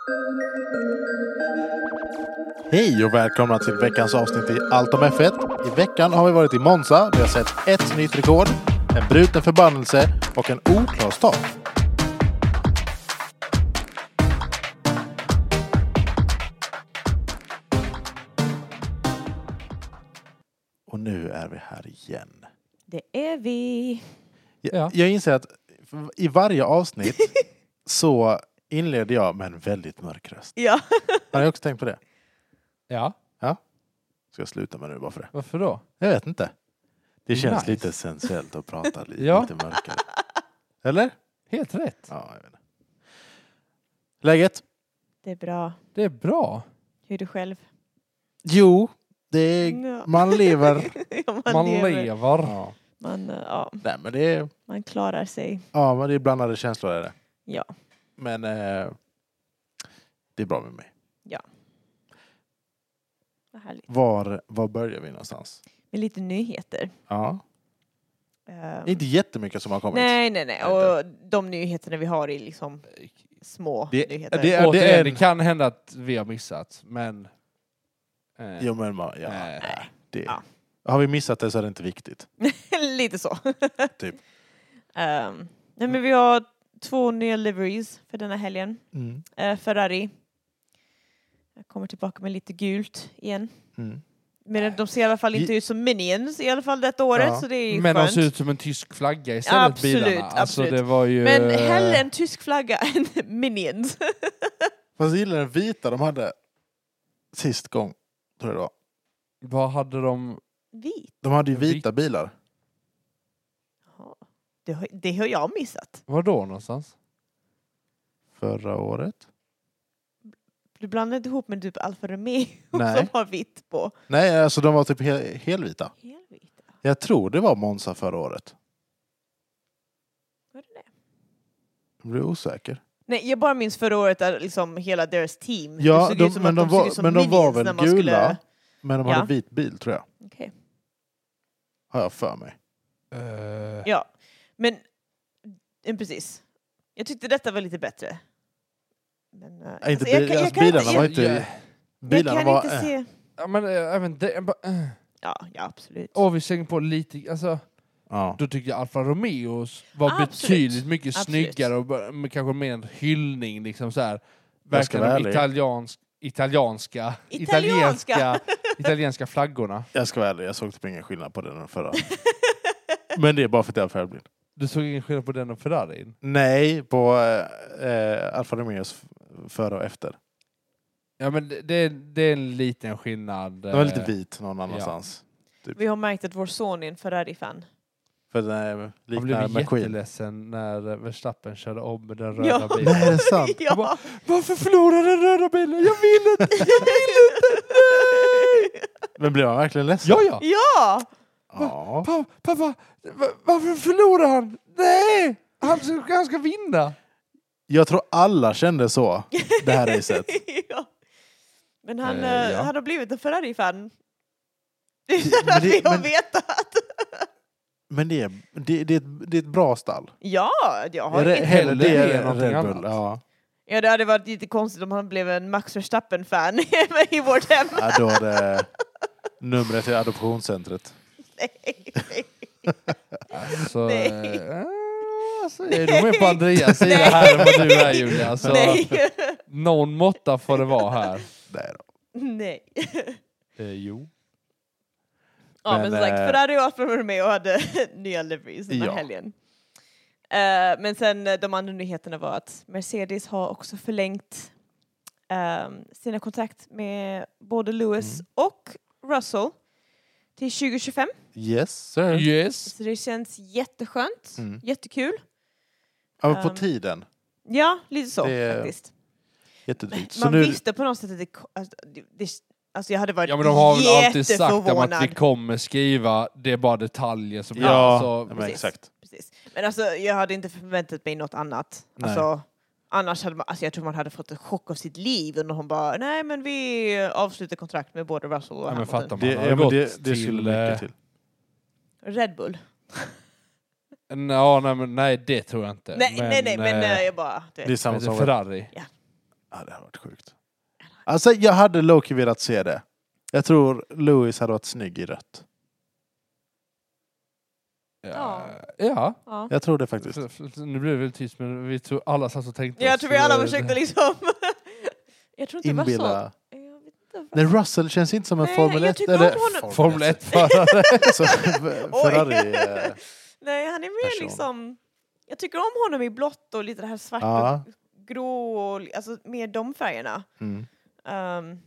Hej och välkomna till veckans avsnitt i Allt om F1. I veckan har vi varit i Monza, vi har sett ett nytt rekord, en bruten förbannelse och en oklar start. Och nu är vi här igen. Det är vi. Jag inser att i varje avsnitt så inleder jag med en väldigt mörk röst. Ja. Har ni också tänkt på det? Ja. Ska jag sluta med nu bara för det? Varför då? Jag vet inte. Det känns Nice. lite sensuellt att prata lite mörkare. Eller? Helt rätt. Ja, jag vet inte. Läget? Det är bra. Det är bra. Hur är du själv? Jo, det är, Ja. man lever. Ja, Man lever. lever. Ja. Nej, men det är, Man klarar sig. ja, men det är blandade känslor är det. Ja. Men det är bra med mig. Vad härligt. Var börjar vi någonstans? Med lite nyheter. Ja. Inte jättemycket som har kommit. Nej. Och de nyheterna vi har är liksom små nyheter. Det kan hända att vi har missat, men... Jo, men det. Ja. Har vi missat det så är det inte viktigt. Lite så. Typ. Nej, men vi har 2 nya liveries för denna helgen. Ferrari. Jag kommer tillbaka med lite gult igen. Men de ser i alla fall inte ut som Minions i alla fall detta året. Ja. Så det är ju Men de skönt. ser ut som en tysk flagga istället, Absolut, bilarna. Alltså, absolut. det var ju... Men hellre en tysk flagga än Minions. Fast jag gillar den vita de hade sist gång, tror jag det var. Vad hade de? Vit? De hade ju vita bilar. Jaha. Det har jag missat. Var då någonstans? Förra året. Du blandade inte ihop med typ Alfa Romeo Nej. som har vitt på. Nej, alltså de var typ helvita. Helvita. Jag tror det var Monza förra året. Var det det? Jag blir osäker. Nej, jag bara minns förra året att liksom hela deras team. Ja, det såg ut som men att de såg ut som var Minions väl när man gula. skulle... Men de hade vit bil, tror jag. Okej. Har jag för mig. Ja, men precis. Jag tyckte detta var lite bättre. Men, Inte bilarna var inte... Bilarna jag kan var... inte se... Ja, men även det... Ja, absolut. Och vi slänger på lite... Alltså, Ja. då tycker jag Alfa Romeo var Absolut. betydligt mycket Absolut. snyggare och med kanske mer en hyllning liksom så här. Jag ska vara Verkligen ärlig. italienska flaggorna. Jag ska vara ärlig, jag såg typ ingen skillnad på den förra. Men det är bara för att jag är färgblind. Du såg ingen skillnad på den och Ferrarin? Nej, på Alfa Romeos före och efter. Ja, men det är en liten skillnad. Den var lite vit någon annanstans. Typ. Vi har märkt att vår son är en Ferrari-fan. För den är Jag liknar blev McQueen. jätteledsen när Verstappen körde om med den röda bilen. Nej, är det sant? Jag bara, varför förlorade den röda bilen? Jag vill inte! Nej! Men blev han verkligen ledsen? Ja! Ja! Ja. Pappa, varför förlorar han? Nej! Han ska vinna! Jag tror alla kände så, det här racet. Ja. Men han har blivit en Ferrari-fan. Utan att vi har vetat. Men det är ett bra stall. Ja, jag har inte... hellre det det är än någonting Red Bull. annat. Ja. Ja, det hade varit lite konstigt om han blev en Max Verstappen-fan i vårt hem. Ja, då är det numret till adoptionscentret. Nej. Alltså, Nej. Alltså, är du med på Andreas sida här än vad du är, Julia? Alltså, Nej. någon måtta får det vara här. Nej då. Nej. Jo. Ja, men som sagt, Ferrari och Alfa Romeo hade nya liveries den här helgen. Men sen de andra nyheterna var att Mercedes har också förlängt sina kontrakt med både Lewis och Russell till 2025. Yes, sir. Yes. Så det känns jätteskönt. Jättekul. Ja, men på tiden. Ja, lite så Det- faktiskt. Jättedrygt. Så Man nu, visste på något sätt att alltså jag hade varit Ja, men de har väl alltid sagt om jätteförvånad. att vi kommer skriva, det är bara detaljer som ja, alltså, men precis. exakt. Precis. Men alltså, jag hade inte förväntat mig något annat. Nej. Alltså, annars hade man, alltså jag tror man hade fått en chock av sitt liv och hon bara, nej men vi avslutar kontrakt med både Russell och Ja, men Hamilton. fattar man. Det, Han har ja, men gått det skulle till, mycket till. Red Bull. Ja, nej, det tror jag inte. Nej, men jag bara... Det är samma men som Ferrari. Ja, det hade varit sjukt. Alltså, jag hade Loki velat se det. Jag tror Lewis hade varit snygg i rött. Ja. Jag tror det faktiskt. Nu blev det väl tyst, men vi tror alla satt och tänkte. Jag tror vi alla försökte liksom... jag tror inte det var Inbilla. så. Nej, Russell känns inte som en Nej, Formel jag 1 tycker eller om honom. Formel 1-förare. Ferrari. Nej, han är mer person. liksom... Jag tycker om honom i blått och lite det här svart Ja. och grå och alltså mer de färgerna. Mm. Um,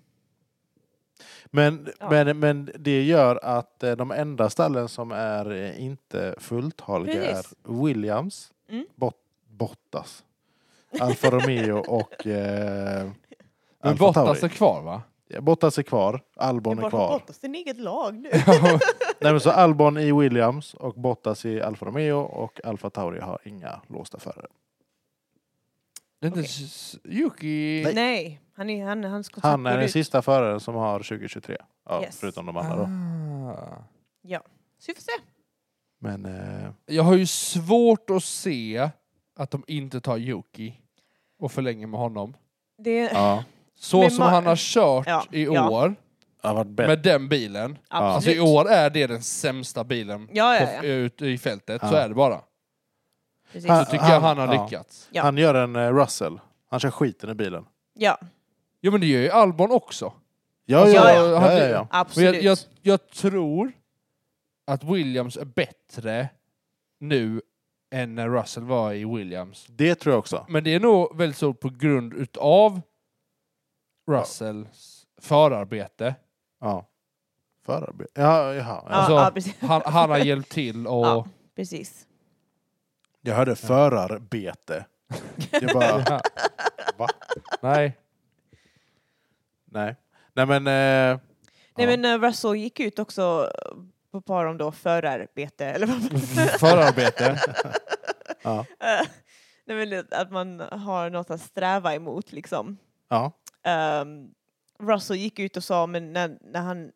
Men det gör att de enda stallen som är inte fulltaliga Precis. är Williams, Mm. Bottas, Alfa Romeo och Men Alfa Bottas Tauri. är kvar, va? Bottas är kvar, Albon är kvar. Bottas är eget lag nu. Nej, men så Albon i Williams och Bottas i Alfa Romeo och Alfa Tauri har inga låsta förare. Det är inte Yuki... Nej, hans kontrakt Han är går den ut. sista föraren som har 2023. Ja, Yes. förutom de andra då. Ja, så vi får se. Men Jag har ju svårt att se att de inte tar Yuki och förlänger med honom. Det, ja, Så Men som han har kört Ja, i ja. år det har varit bättre. med den bilen. Alltså absolut. i år är det den sämsta bilen Ja. ute i fältet. Ja. Så är det bara. Precis. Så tycker jag han har Ja. lyckats. Ja. Han gör en Russell. Han kör skiten i bilen. Ja, Jo, men det gör ju Albon också. Ja, Alltså, ja, ja, ja. han- ja, ja. Men absolut. jag tror att Williams är bättre nu än när Russell var i Williams. Det tror jag också. Men det är nog väldigt så på grund utav Russells förarbete. Ja. Förarbete. Ja, jaha. Ja, Alltså, precis. han har hjälpt till och... Ja, precis. Jag hörde förarbete. Jag bara, Ja. va? Nej. Nej. Nej, men... Nej, ja. men Russell gick ut också på par om då förarbete, eller vad Förarbete. Ja. Nej, men att man har något att sträva emot liksom. Ja. Russell gick ut och sa, men när han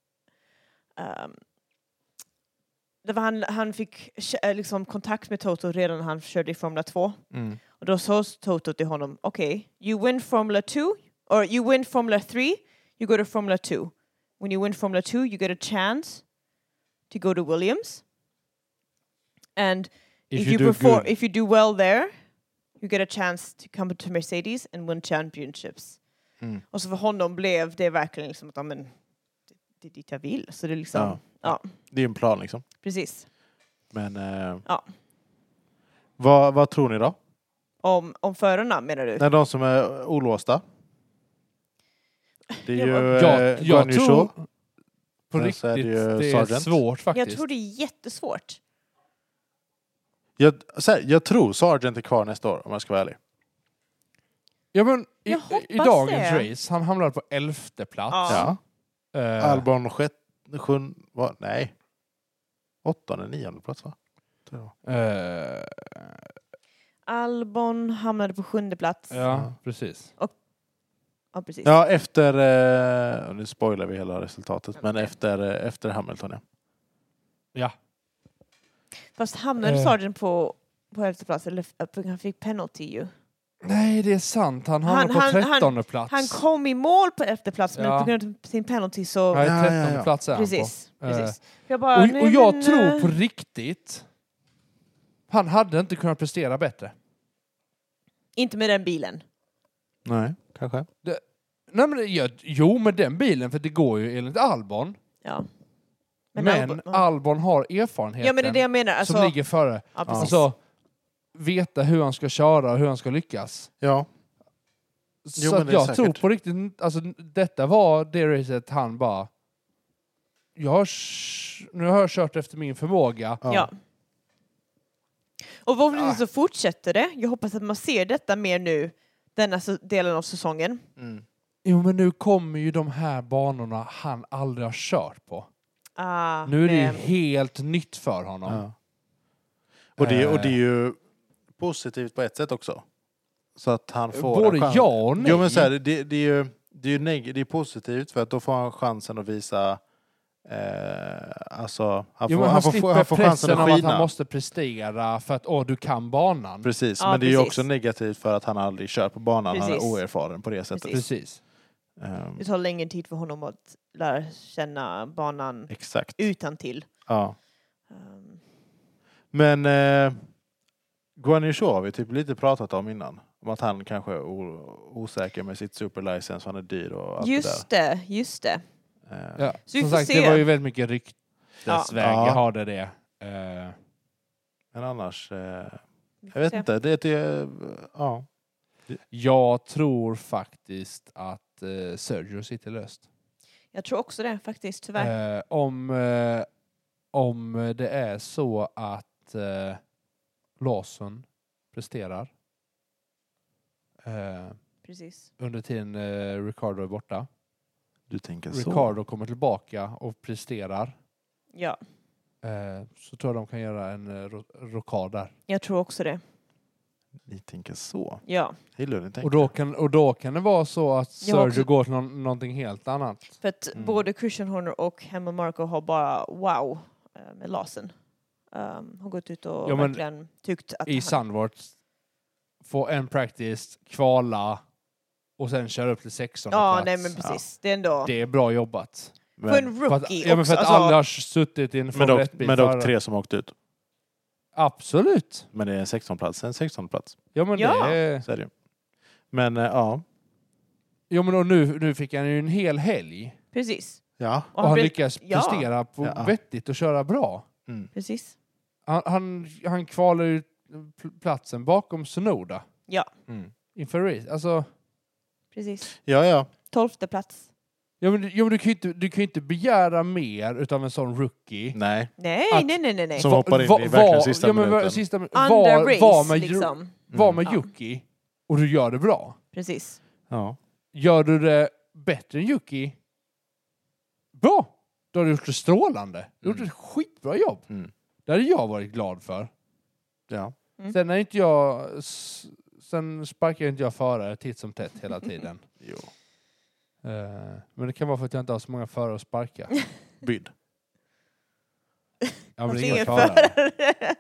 det var han fick liksom kontakt med Toto redan när han körde i Formula 2. Mm. Och då sa Toto till honom, okej, you win Formula 2, or you win Formula 3, you go to Formula 2. When you win Formula 2, you get a chance to go to Williams. And if you do well there, you get a chance to come to Mercedes and win championships. Mm. Och så för honom blev det verkligen liksom att det är dit jag vill. Så det är liksom, ja, Det är en plan liksom. precis. Men... Ja. Vad tror ni då? Om förarna menar du? När de som är olåsta. Det är ju Jag Guan Yu tror Zhou. på Men så är det riktigt ju det är Sargent. svårt faktiskt. Jag tror det är jättesvårt. Jag tror Sargent är kvar nästa år, om jag ska vara ärlig. Ja, men Jag hoppas i dagens det. race, han hamnade på 11:e plats. Ja. Albon 8:e, 9:e plats, va? Tror jag. Albon hamnade på 7:e plats. Ja, precis. Ja, precis. Ja, efter... nu spoilar vi hela resultatet, men efter Hamilton, ja. Ja. Fast hamnade Sargent på 11:e plats, eller han fick penalty ju. Nej, det är sant. Han hamnade på 13:e plats. Han kom i mål på 11:e plats, men Ja. på grund av sin penalty så... Nej, Ja, 13:e ja. plats är Precis, han på. precis. Jag bara, Och jag tror på riktigt han hade inte kunnat prestera bättre. Inte med den bilen. Nej, kanske. Nej, men jo, med den bilen, för det går ju enligt Albon. Ja. Men Albon har erfarenheten Ja, men det är det jag menar. Alltså, som ligger före. ja, precis. Alltså, veta hur han ska köra och hur han ska lyckas. Ja. Så men att det är jag säkert. tror på riktigt, alltså detta var det racet han bara, nu har jag kört efter min förmåga. Ja. Och förhoppningsvis så fortsätter det. Jag hoppas att man ser detta mer nu, denna delen av säsongen. Mm. Jo, men nu kommer ju de här banorna han aldrig har kört på. Nu är det ju helt nytt för honom. Ja. Och det är ju positivt på ett sätt också. Så att han får både en chans. ja och nej. Jo, men så här, det är ju det är positivt för att då får han chansen att visa Alltså, han han får chansen att skina. Att han måste prestera för att du kan banan. Precis, men det är ju också negativt för att han aldrig kör på banan. Han är oerfaren på det sättet. Precis. Det tar längre tid för honom att lära känna banan utan till. Ja. Men Guan Yu Zhou har vi typ lite pratat om innan. Om att han kanske är osäker med sitt superlicense. Han är dyr och allt just det där. Just det. Ja. Så som sagt, det var ju väldigt mycket ryktesväg. Jag hade det. Men annars... jag vet inte. Det är... Ja. Jag tror faktiskt att Sergio sitter löst. Jag tror också det faktiskt, tyvärr. Om det är så att Lawson presterar precis. under tiden Ricardo är borta. Du tänker så? Ricardo kommer tillbaka och presterar. Ja. Så tror jag de kan göra en rockad där. Jag tror också det. Ni tänker så? Ja. Och då kan det vara så att Sergio går till någonting helt annat. För att både Christian Horner och Helmut Marko har bara wow med Lawson. Har gått ut och verkligen tyckt att i Sandvort få en practice, kvala och sen köra upp till 16 plats. Nej men precis. Det är ändå... Det är bra jobbat. För en rookie också. För att alla har suttit i en Formel 1-bil. Men dock 3 som åkt ut. Absolut. Men det är en 16-plats. En 16-plats. Ja, men det är... Så är det. Men, ja. Jo, men nu fick han ju en hel helg. Precis. Ja. Och han lyckas prestera på vettigt och köra bra. Mm. Precis. Han kvalar ju platsen bakom Sonoda. Ja. Inför race. Alltså... Precis. Ja. 12:e plats. Ja, men du kan ju inte begära mer utav en sån rookie. Nej. Nej. Som hoppar in i verkligen sista minuten. Var med Yuki och du gör det bra. Precis. Ja. Gör du det bättre än Yuki? Bra! Då har du gjort det strålande. Du har gjort ett skitbra jobb. Det hade jag varit glad för. Ja. Sen är inte sen sparkar inte jag förare titt som tätt hela tiden. Jo. Men det kan vara för att jag inte har så många förare att sparka. Bydd. Ja, men det är inga förare.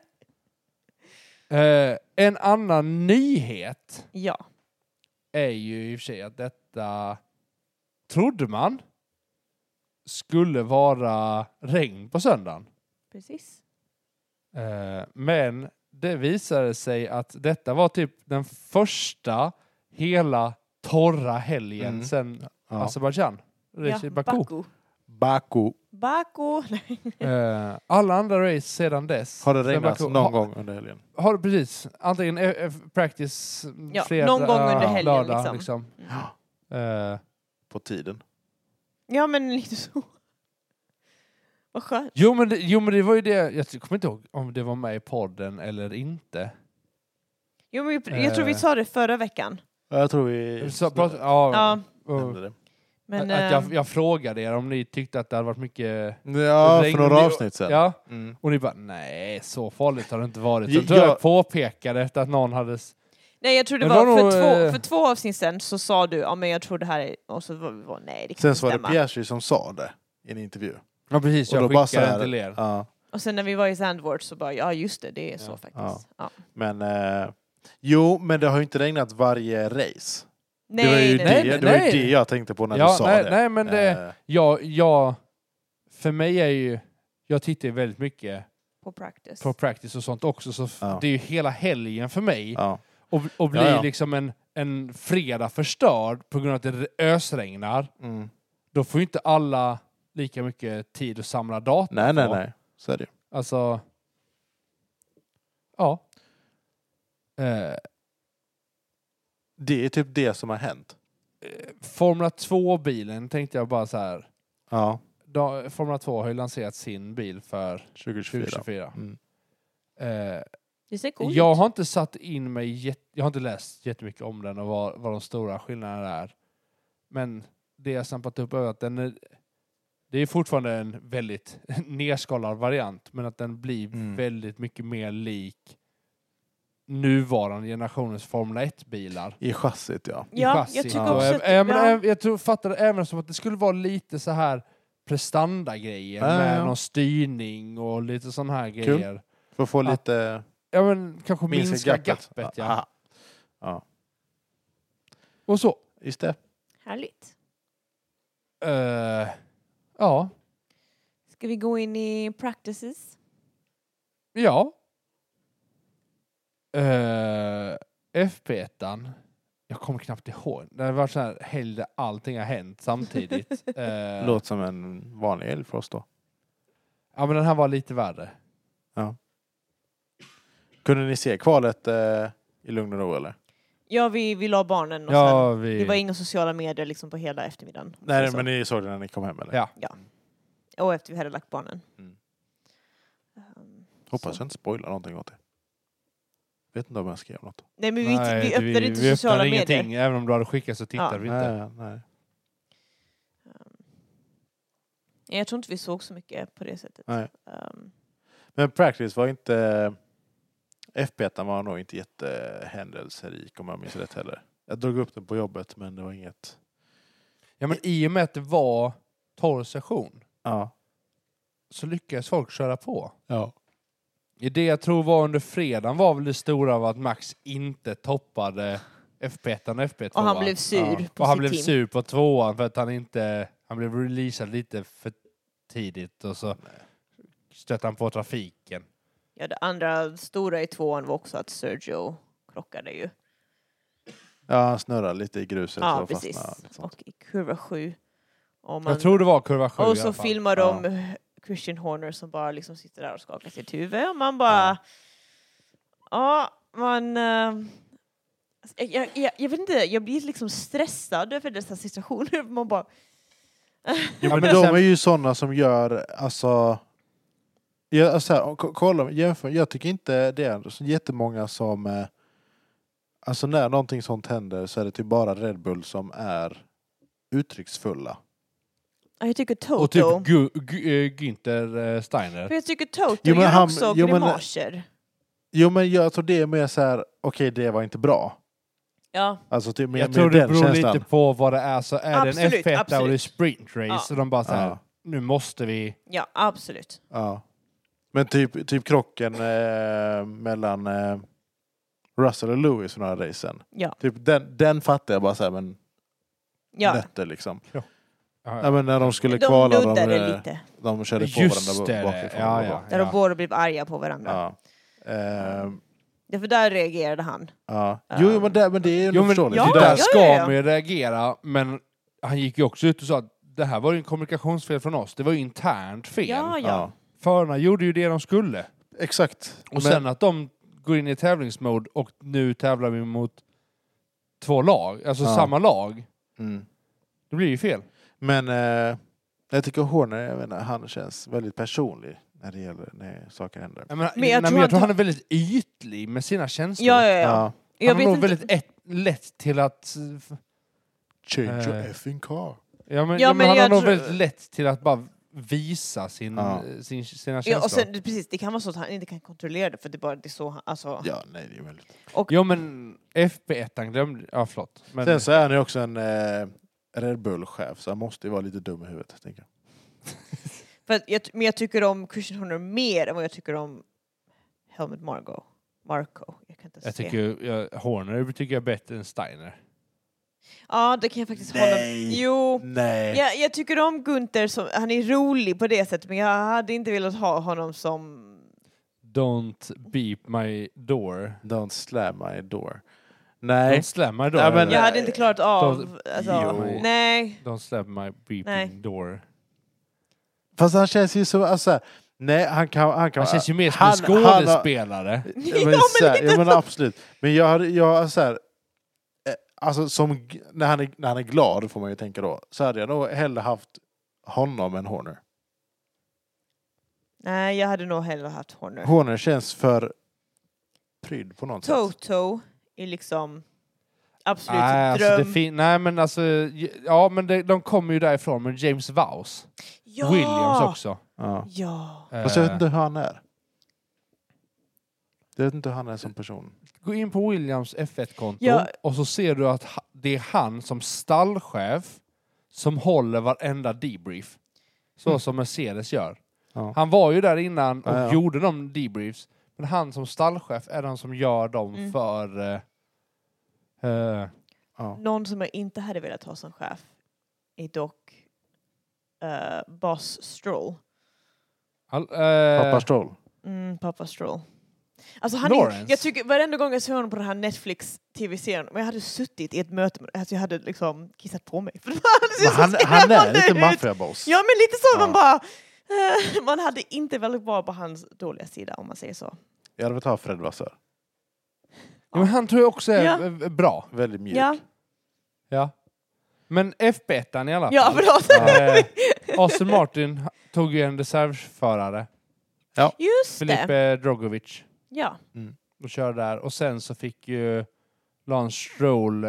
En annan nyhet är ju i och för sig att detta trodde man skulle vara regn på söndagen. Precis. Men det visade sig att detta var typ den första hela torra helgen sen Azerbaijan. Baku. Alla andra race sedan dess. Har det regnat någon gång under helgen? Har det precis. Antingen practice fredag, någon gång under helgen lördag, liksom. På tiden. Ja, men lite så. Vad skönt. Jo, men det var ju det. Jag kommer inte ihåg om det var med i podden eller inte. Jo, men jag tror vi sa det förra veckan. Jag tror vi... det. Men, att jag frågade er om ni tyckte att det hade varit mycket... Ja, för några avsnitt sen. Ja, och ni bara, nej, så farligt har det inte varit. Så tror jag påpekade efter att någon hade... Nej, jag tror det var för 2 avsnitt sen så sa du, men jag tror det här är... Och så var nej, det kan inte stämma. Sen var det Piastri som sa det i en intervju. Ja, precis. Jag skickade den till er. Ja. Och sen när vi var i Zandvoort så bara, just det är så faktiskt. Ja. Men, men det har ju inte regnat varje race. Nej, det var ju det jag tänkte på när du sa det. Nej, men för mig är ju, jag tittar ju väldigt mycket på practice och sånt också, så det är ju hela helgen för mig. Och blir liksom en fredag förstörd på grund av att det ösregnar. Då får ju inte alla lika mycket tid att samla data. Nej. Så är det. Alltså, det är typ det som har hänt. Formula 2-bilen tänkte jag bara så här. Ja. Formula 2 har ju lanserat sin bil för 2024. Det ser coolt. Jag har inte satt in mig, jag har inte läst jättemycket om den och vad de stora skillnaderna är. Men det jag sampat upp är att det är fortfarande en väldigt nedskalad variant, men att den blir väldigt mycket mer lik nuvarande generationens Formel 1-bilar. I chassit, Ja, jag tycker också jag fattade även som att det skulle vara lite så här prestandagrejer med någon styrning och lite sån här grejer. För att få lite... Ja, men kanske minska gappet. Ja. Och så. Just det. Härligt. Ja. Ska vi gå in i practices? Ja. FP1. Jag kommer knappt ihåg. Det har varit så här helg där allting har hänt samtidigt. Låter som en vanlig helg för oss då. Ja, men den här var lite värre. Ja. Kunde ni se kvalet i lugn och ro eller? Ja, vi la barnen och sen, det var inga sociala medier liksom på hela eftermiddagen. Nej, men ni såg det när ni kom hem eller? Ja. Och efter vi hade lagt barnen. Hoppas jag inte spoilar någonting åt det. Vet inte om jag skrev något. Nej, men vi öppnade inte sociala medier. Ingenting, även om du hade skickat så tittade vi inte. Nej. Jag tror inte vi såg så mycket på det sättet. Nej. Men practice var inte... FP1 var nog inte jättehändelserik om jag minns rätt heller. Jag drog upp den på jobbet men det var inget... Ja, men i och med att det var 12 session så lyckades folk köra på. Ja. Det jag tror var under fredagen var väl det stora av att Max inte toppade FP1 och FP2. Och han blev sur på och han sitt blev team. sur på 2:an för att han blev releasad lite för tidigt och så stötte han på trafiken. Ja, det andra stora i 2:an var också att Sergio krockade ju. Ja, han snurrade lite i gruset. Ja, och precis. Fastnade, och i kurva 7. Jag tror det var kurva 7 och så filmar de Christian Horner som bara liksom sitter där och skakar sitt huvud. Och man bara... Jag vet inte, jag blir liksom stressad över dessa situationer. Man bara... men de är ju sådana som gör, alltså... Kolla, jämför. Jag tycker inte det är så jättemånga som... Alltså när någonting sånt händer så är det typ bara Red Bull som är uttrycksfulla. Jag tycker Toto... Och typ Günther Steiner. För jag tycker Toto gör också grimaser. Men jag tror det är mer så här, okej, det var inte bra. Ja. Alltså typ jag tror det beror lite på vad det är. Så är absolut, det en F1 och det är sprint race så de bara så här, nu måste vi... Ja, absolut. Ja. Men typ krocken mellan Russell och Lewis för några racen. Ja. Typ den fattar jag bara så här, men nötter liksom. Ja, men när de skulle kvala de körde på varandra bakifrån. Där de båda blev arga på varandra. För där reagerade han. Ja. Men det är ju förståeligt. Där ska man ju reagera, men han gick ju också ut och sa att det här var ju en kommunikationsfel från oss. Det var ju internt fel. Ja. Förarna gjorde ju det de skulle. Exakt. Och sen att de går in i tävlingsmode och nu tävlar vi mot 2 lag. Alltså samma lag. Det blir ju fel. Men jag tycker Horner, han känns väldigt personlig när det gäller när saker händer. Jag tror han är väldigt ytlig med sina känslor. Ja. Han är nog väldigt lätt till att... Change your effing car. Men han har nog väldigt lätt till att bara visa sina känslor. Och sen, precis, det kan vara så att han inte kan kontrollera det för det är så... Alltså. Ja, nej, det är väldigt... men FP1 glömde... Ja, förlåt. Men... Sen så är han ju också en Red Bull-chef så han måste ju vara lite dum i huvudet, tänker jag. Men jag tycker om Christian Horner mer än vad jag tycker om Helmut Marko. Jag kan inte tycker Horner tycker jag är bättre än Steiner. Ja, det kan jag faktiskt hålla. Jo. Nej. Jag tycker om Günther han är rolig på det sättet, men jag hade inte velat ha honom som Don't beep my door. Don't slam my door. Nej. Don't slam my door. Ja, men jag hade inte klarat av. Nej. Don't slam my beeping door. Fast han känns ju så... Alltså, nej, han känns ju mer som en skådespelare. Men absolut. Men jag så här... Alltså som när han är glad får man ju tänka då. Så hade jag nog hellre haft honom än Horner. Nej, jag hade nog hellre haft Horner. Horner känns för pryd på något sätt. Toto är liksom absolut dröm. Alltså nej men alltså men de kommer ju därifrån med James Vowles. Ja. Williams också. Ja. Fast jag vet inte hur han är. Jag vet inte hur han är som person. Gå in på Williams F1-konto och så ser du att det är han som stallchef som håller varenda debrief. Så som Mercedes gör. Ja. Han var ju där innan och gjorde de debriefs. Men han som stallchef är den som gör dem för... Någon som jag inte hade velat ha som chef är dock Boss Stroll. Pappa Stroll. Pappa Stroll. Alltså jag tycker varenda gång jag såg honom på den här Netflix tv-serien, men jag hade suttit i ett möte med, alltså jag hade liksom kissat på mig. Han är lite maffiaboss. Ja, men lite så man bara man hade inte väldigt bra på hans dåliga sida, om man säger så. Jag hade velat ha Fred Vassör. Ja, men han tror jag också är bra. Väldigt mjuk. Ja. Men FB1 i alla fall. Ja, förlåt. Aston Martin tog ju en reservförare. Ja. Just Filipe Drogovic. Ja. Och körde där. Och sen så fick ju Lance Stroll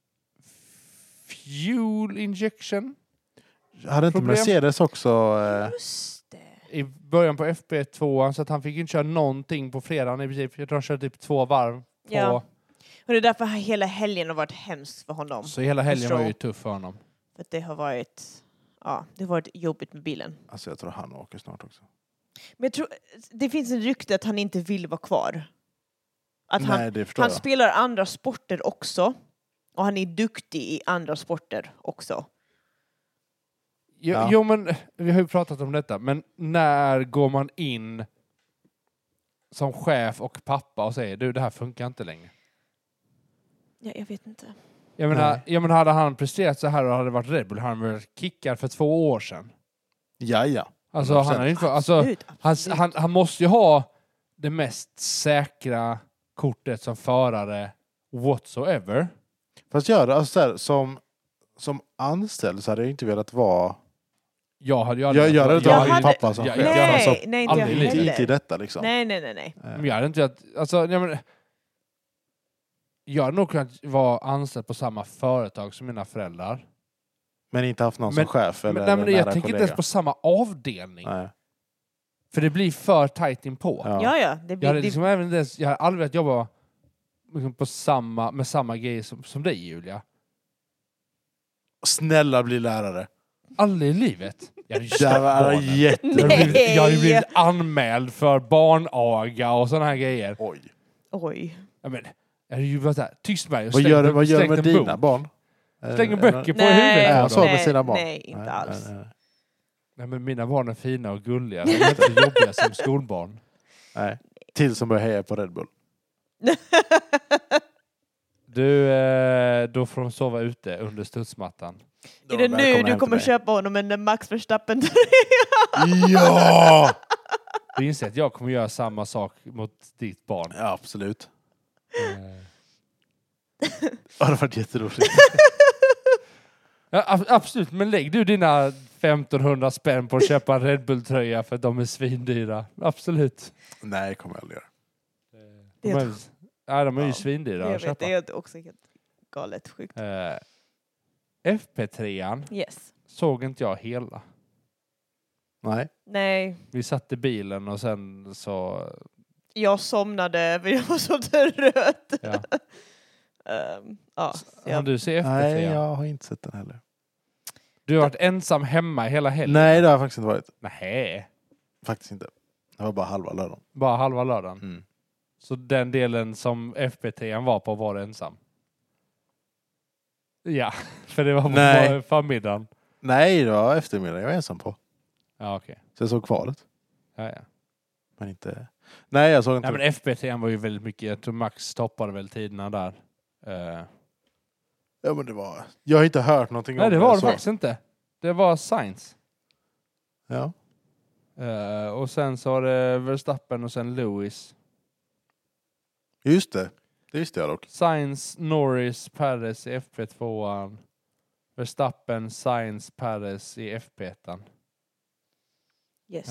fuel injection. Hade inte Mercedes också... Just det. I början på FP2 så att han fick inte köra någonting på fredagen i princip. Jag tror han körde typ 2 varv på... Ja. Och det är därför hela helgen har varit hemskt för honom. Så hela helgen var ju tuff för honom. För att det har varit jobbigt med bilen. Alltså jag tror han åker snart också. Men jag tror, det finns en rykte att han inte vill vara kvar. Att han spelar andra sporter också. Och han är duktig i andra sporter också. Jo, men vi har ju pratat om detta. Men när går man in som chef och pappa och säger det här funkar inte längre? Ja, jag vet inte. Jag menar, hade han presterat så här och hade varit Red Bull, han väl kickar för 2 år sedan. Ja. Alltså, han måste ju ha det mest säkra kortet som förare whatsoever. Fast som anställd så hade jag inte velat vara... Jag hade pappa som chef. Nej, inte i detta liksom. Nej. Men jag hade inte velat... Alltså, jag hade nog kunnat vara anställd på samma företag som mina föräldrar. Men inte haft någon som chef? Men jag tänker inte ens på samma avdelning. Nej. För det blir för tajt inpå. Ja. Jag hade aldrig velat jobba liksom med samma grejer som dig, Julia. Snälla bli lärare. Aldrig i livet. Jag hade blivit anmäld för barnaga och såna här grejer. Oj. Ja, men jag hade ju varit där. Tyst med mig. Vad gör du med dina barn? Slänger böcker på huvudet. Med sina barn. Nej, inte alls. Nej, men mina barn är fina och gulliga. De är inte så jobbiga som skolbarn. Nej. Till som börjar heja på Red Bull. Då får de sova ute under studsmattan. Är det nu du kommer köpa honom en Max Verstappen? Ja! Du inser att jag kommer göra samma sak mot ditt barn. Ja, absolut. Det har varit jätteroligt. Ja, absolut, men lägg du dina 1500 spänn på att köpa en Red Bull-tröja för att de är svindyra. Absolut. Nej, kommer jag aldrig göra. De är ju svindyra att köpa. Det är också helt galet sjukt. FP3 såg inte jag hela. Nej. Vi satt i bilen och sen så... Jag somnade för jag var så trött. Har du sett FP3? Nej, jag har inte sett den heller. Du har varit ensam hemma hela helgen? Nej, det har jag faktiskt inte varit. Nej. Faktiskt inte. Det var bara halva lördagen. Bara halva lördagen? Så den delen som FP3 var på var ensam? Ja, för det var på förmiddagen. Nej, det var eftermiddagen jag var ensam på. Ja, okej. Så jag såg kvalet. Ja. Men inte... Nej, jag såg inte... Nej, men FP3 var ju väldigt mycket... Jag tror Max toppade väl tiderna där. Ja, men det var... Jag har inte hört någonting om det. Nej, det var det faktiskt inte. Det var Sainz. Ja. Och sen så var det Verstappen och sen Lewis. Just det. Det visste jag dock. Sainz, Norris, Perez i FP2. Verstappen, Sainz, Perez i FP1. Yes.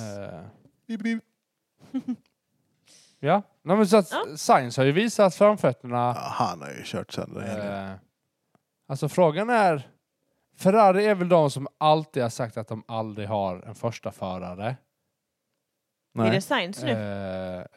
Ja, men så att Sainz har ju visat framfötterna. Ja, han har ju kört sönder. Alltså frågan är, Ferrari är väl de som alltid har sagt att de aldrig har en första förare. Nej. Är det Sainz nu?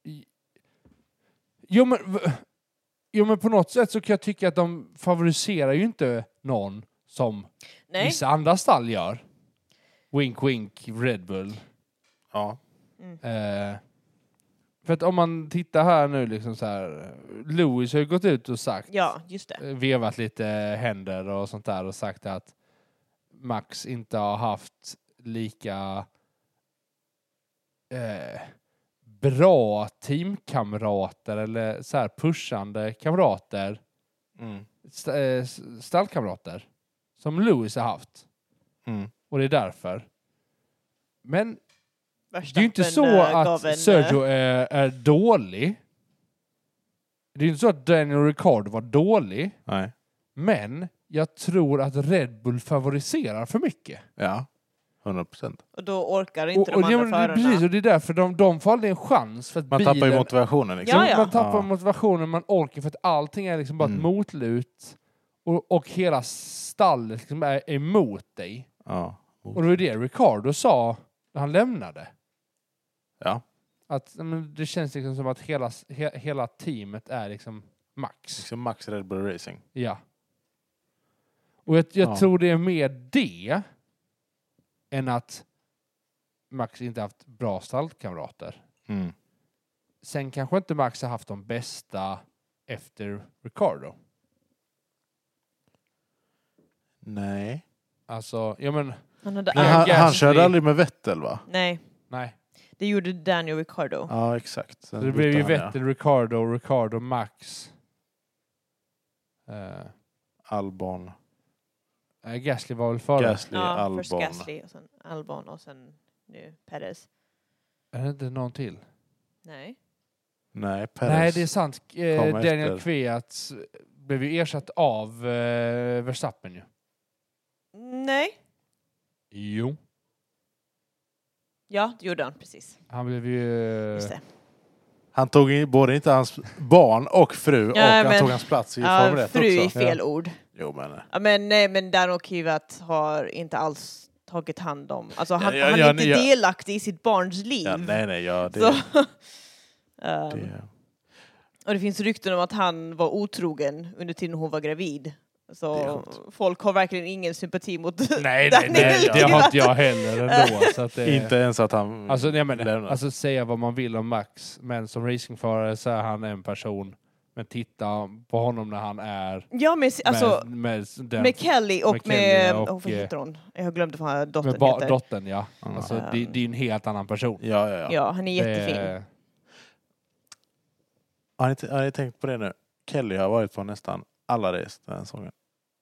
Jo, men på något sätt så kan jag tycka att de favoriserar ju inte någon som vissa andra stall gör. Wink wink Red Bull. Ja. För att om man tittar här nu liksom så här, Lewis har ju gått ut och sagt, just det. Vevat lite händer och sånt där och sagt att Max inte har haft lika bra teamkamrater eller så här pushande kamrater, stallkamrater som Lewis har haft. Och det är därför. Men det är ju inte så att Sergio är dålig. Det är ju inte så att Daniel Ricciardo var dålig. Nej. Men jag tror att Red Bull favoriserar för mycket. Ja, 100%. Och då orkar inte de andra förarna. Precis, och det är därför de får aldrig en chans. För att man tappar ju motivationen. Liksom. Ja. Man tappar motivationen, man orkar för att allting är liksom bara ett motlut. Och hela stallet liksom är emot dig. Ja. Och det var det Ricciardo sa när han lämnade. Ja. Att det känns liksom som att hela teamet är liksom Max. Liksom Max Red Bull Racing. Ja. Och jag tror det är mer det än att Max inte haft bra stallkamrater. Sen kanske inte Max har haft de bästa efter Ricciardo. Nej. Alltså, men han körde aldrig med Vettel, va? Nej. Det gjorde Daniel Ricciardo. Ja, exakt. Så det blev ju Vettel, Ricciardo, Max. Albon. Gasly var väl före? Albon. Först Gasly och sen Albon och sen nu Perez. Är det inte någon till? Nej, Perez. Nej, det är sant. Daniel Kvyat blev ju ersatt av Verstappen ju. Nej. Jo. Ja, det gjorde han, precis. Han blev ju... Just det. Han tog både inte hans barn och fru och han tog hans plats i Formel 1 också. Fru i fel ord. Jo, men... Ja, men Daniel Kvyat har inte alls tagit hand om... Alltså han är inte delaktig i sitt barns liv. Ja, nej, det... Så, och det finns rykten om att han var otrogen under tiden hon var gravid. Så folk har verkligen ingen sympati mot Nej, det har inte jag heller ändå. Så att det, inte ens att han... Alltså säga vad man vill om Max, men som racingförare så är han en person. Men titta på honom när han är... Ja, med Kelly och med... Vad heter hon? Jag har glömt vad dottern heter. Dottern, ja. Alltså, det är en helt annan person. Ja, han är jättefin. Har ni tänkt på det nu? Kelly har varit på nästan alla race den här säsongen.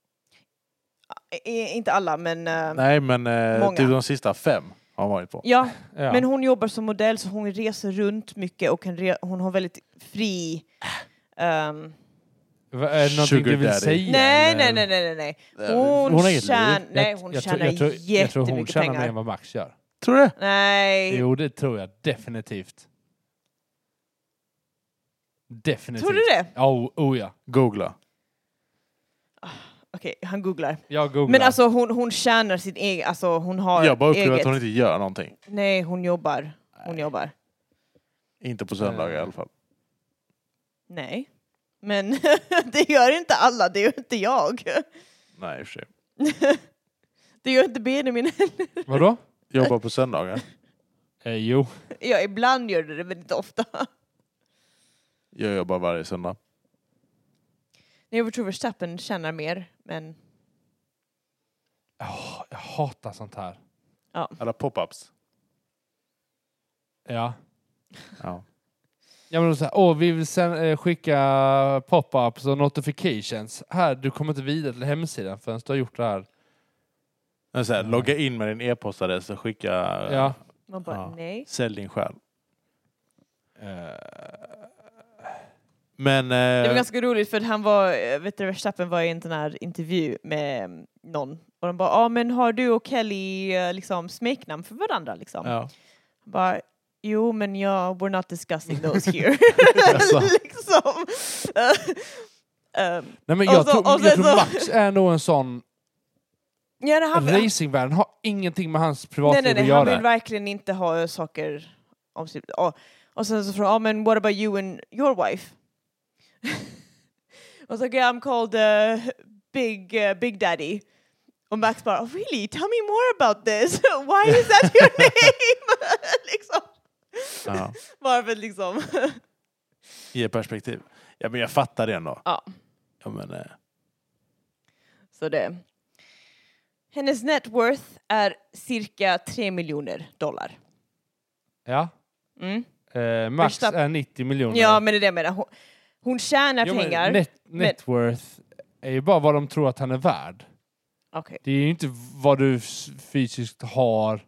Inte alla, men nej, men typ de sista 5 har hon varit på. Ja, men hon jobbar som modell så hon reser runt mycket och hon har väldigt fri... Är det någonting du vill säga? Nej. Hon tjänar jättemycket pengar. Jag tror hon tjänar mer än vad Max gör. Tror du det? Nej. Jo, det tror jag definitivt. Tror du det? Ja. Googla. Okej, han googlar. Jag googlar. Men alltså hon tjänar sitt eget... Alltså hon har jag bara upplever att hon inte gör någonting. Nej, hon jobbar. Hon jobbar. Inte på söndagar i alla fall. Nej. Men det gör inte alla. Det gör inte jag. Nej, i och för sig. Det gör inte Benjamin heller. Vadå? Jobbar på söndagar? Jo. Ja, ibland gör det väldigt ofta. Jag jobbar varje söndag. Jag tror Verstappen tjänar mer, men... Jag hatar sånt här. Ja. Alla pop-ups. Ja. Ja, men så här, vi vill sen skicka pop-ups och notifications. Här, du kommer inte vidare till hemsidan förrän du har gjort det här. Så här, logga in med din e-postadress och skicka... Ja. Man bara, nej. Sälj din själ. Men... det var ganska roligt för han var... Verstappen var i en sån här intervju med någon. Och de bara, men har du och Kelly liksom smeknamn för varandra liksom? Ja. Han bara... Jo, men we're not discussing those here. liksom. Nej, men jag tror Max är nog en sån... Racingvärlden har ingenting med hans privatliv att göra. Han vill verkligen inte ha saker om sitt... Och sen så frågar men what about you and your wife? Och så I'm called Big Daddy. Och Max bara, really? Tell me more about this. Why is that your name? liksom. Ja. Varför liksom? Ge perspektiv. Ja, men jag fattar det ändå. Ja. Ja, men, Så det. Hennes net worth är cirka $3 miljoner. Ja. Max är 90 miljoner. Ja, men det är det jag menar. Hon tjänar pengar. Net worth är ju bara vad de tror att han är värd. Okay. Det är ju inte vad du fysiskt har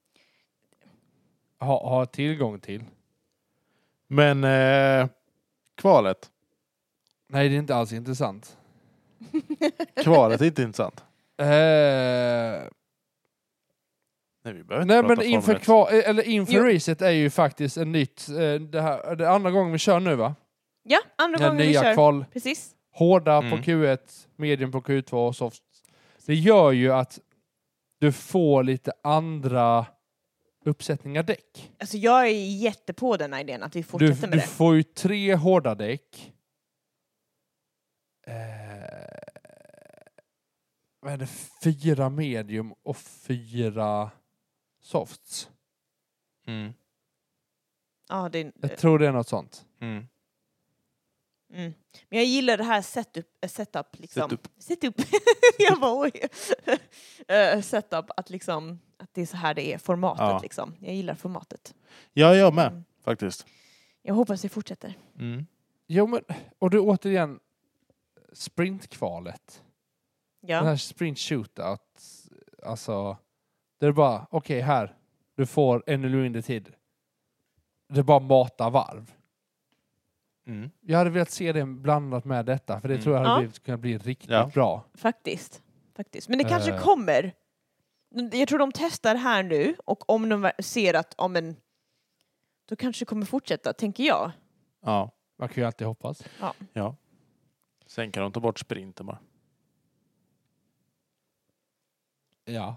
tillgång till. Men kvalet? Nej, det är inte alls intressant. Kvalet är inte intressant. Nej, vi behöver inte men inför racet är ju faktiskt en nytt... det är andra gången vi kör nu, va? Ja, andra gången vi kör. Kval. Precis. Hårda på Q1, medium på Q2 och soft. Det gör ju att du får lite andra uppsättningar däck. Alltså jag är jättepå den idén att vi fortsätter med det. Du får ju 3 hårda däck. Vad är det? 4 medium och 4 softs. Ja, jag tror det är något sånt. Men jag gillar det här setup liksom. Setup. Jag bara oj. Setup att liksom att det är så här det är formatet liksom. Jag gillar formatet. Ja, jag med faktiskt. Jag hoppas vi fortsätter. Jo, men och du återigen sprintkvalet. Ja. Den här sprint shootout, alltså det är bara okej, här du får ännu mindre tid. Det är bara mata varv. Jag hade velat se det blandat med detta, för det tror jag hade kunnat bli riktigt bra. Faktiskt. Men det kanske kommer. Jag tror de testar här nu, och om de ser att då kanske kommer fortsätta, tänker jag. Ja. Man kan ju alltid hoppas. Ja. Sen kan de ta bort sprinten bara. Ja.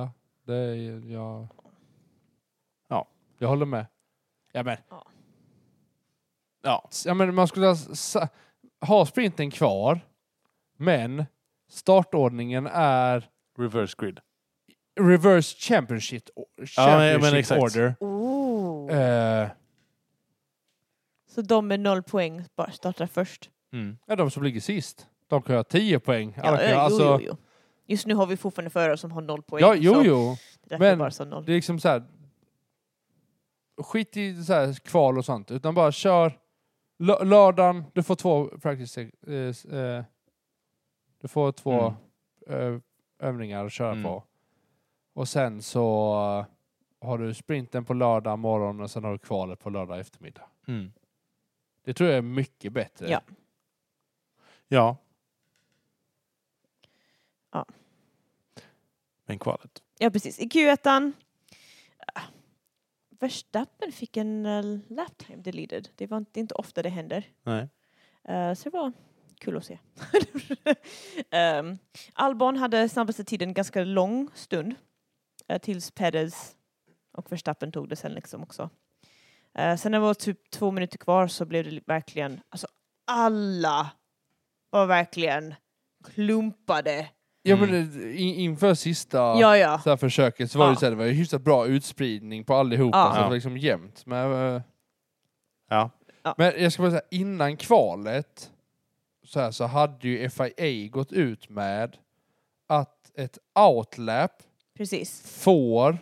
Jag håller med. Ja, men man skulle ha sprinten kvar, men startordningen är reverse grid. Reverse championship order. Så de med 0 poäng bara startar först. Ja, de som ligger sist. De kan ha 10 poäng. Jo. Just nu har vi fortfarande förare som har 0 poäng. Ja, jo. Men bara så 0. Det är liksom så här, skit i så här kval och sånt, utan bara kör lördagen, du får 2 practice du får 2 övningar att köra på. Och sen så har du sprinten på lördag morgon och sen har du kvalet på lördag eftermiddag. Det tror jag är mycket bättre. Ja. Men kvalet. Ja, precis. I Q1 Verstappen fick en lap time deleted. Det är inte ofta det händer. Nej. Så det var kul att se. Albon hade snabbaste tiden ganska lång stund. Tills Perez och Verstappen tog det sen liksom också. Sen när det var typ 2 minuter kvar så blev det verkligen, alltså alla var verkligen klumpade. Ja, men inför sista så här försöket så var det så här, det var ju hyfsat bra utspridning på allihopa, så det var liksom jämnt. Men men jag ska bara säga, innan kvalet så hade ju FIA gått ut med att ett outlap får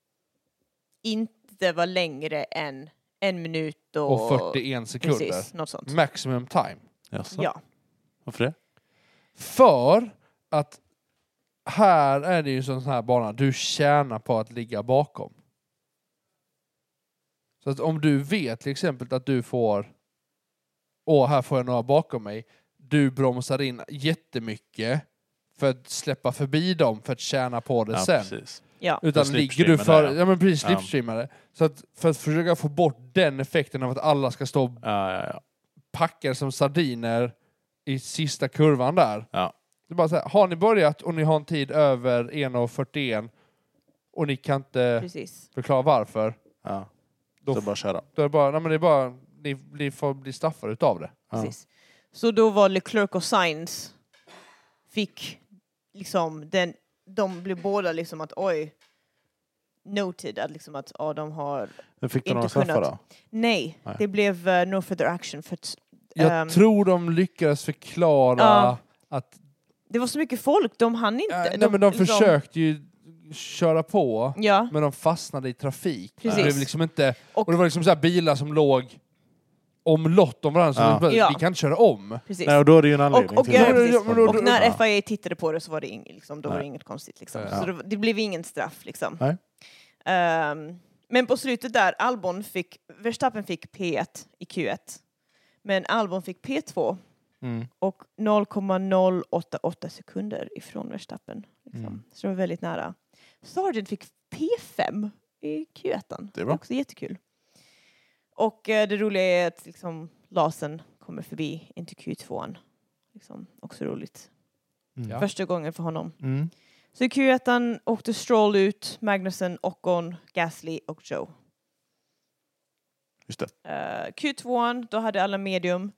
inte vara längre än 1 minut och 41 sekunder. Precis, något sånt. Maximum time. Jaså. Ja. Varför det? För att här är det ju sån här bana, du tjänar på att ligga bakom. Så att om du vet till exempel att du får, här får jag några bakom mig, du bromsar in jättemycket för att släppa förbi dem för att tjäna på det sen. Precis. Ja. Utan ligger du slipstreamare. Så att för att försöka få bort den effekten av att alla ska stå packade som sardiner i sista kurvan där. Ja. Det är bara så här, har ni börjat och ni har en tid över 1:41 och ni kan inte förklara varför. Ja. Så bara köra. Då är det bara ni får bli straffade utav det. Precis. Så då var Leclerc och Sainz fick liksom den de blev båda liksom att noted att liksom att de har men fick de några straffar då? Nej, det blev no further action för att, jag tror de lyckades förklara att det var så mycket folk, de hann inte. Men de försökte ju köra på, men de fastnade i trafik. Det blev liksom inte, och det var liksom så här bilar som låg omlott om varandra, så vi kan inte köra om. Precis. Nej, och då är det ju en anledning till det. Och när FIA tittade på det så var det liksom, då var det inget konstigt. Liksom. Så det blev ingen straff. Liksom. Men på slutet där, Verstappen fick P1 i Q1. Men Albon fick P2. Och 0,088 sekunder ifrån Verstappen. Liksom. Så det var väldigt nära. Sargent fick P5 i Q1. Det var också jättekul. Och det roliga är att liksom, Larsen kommer förbi in till Q2. Liksom, också roligt. Första gången för honom. Så i Q1 åkte Stroll ut, Magnussen, Ocon, Gasly och Joe. Just det. Q2, då hade alla medium.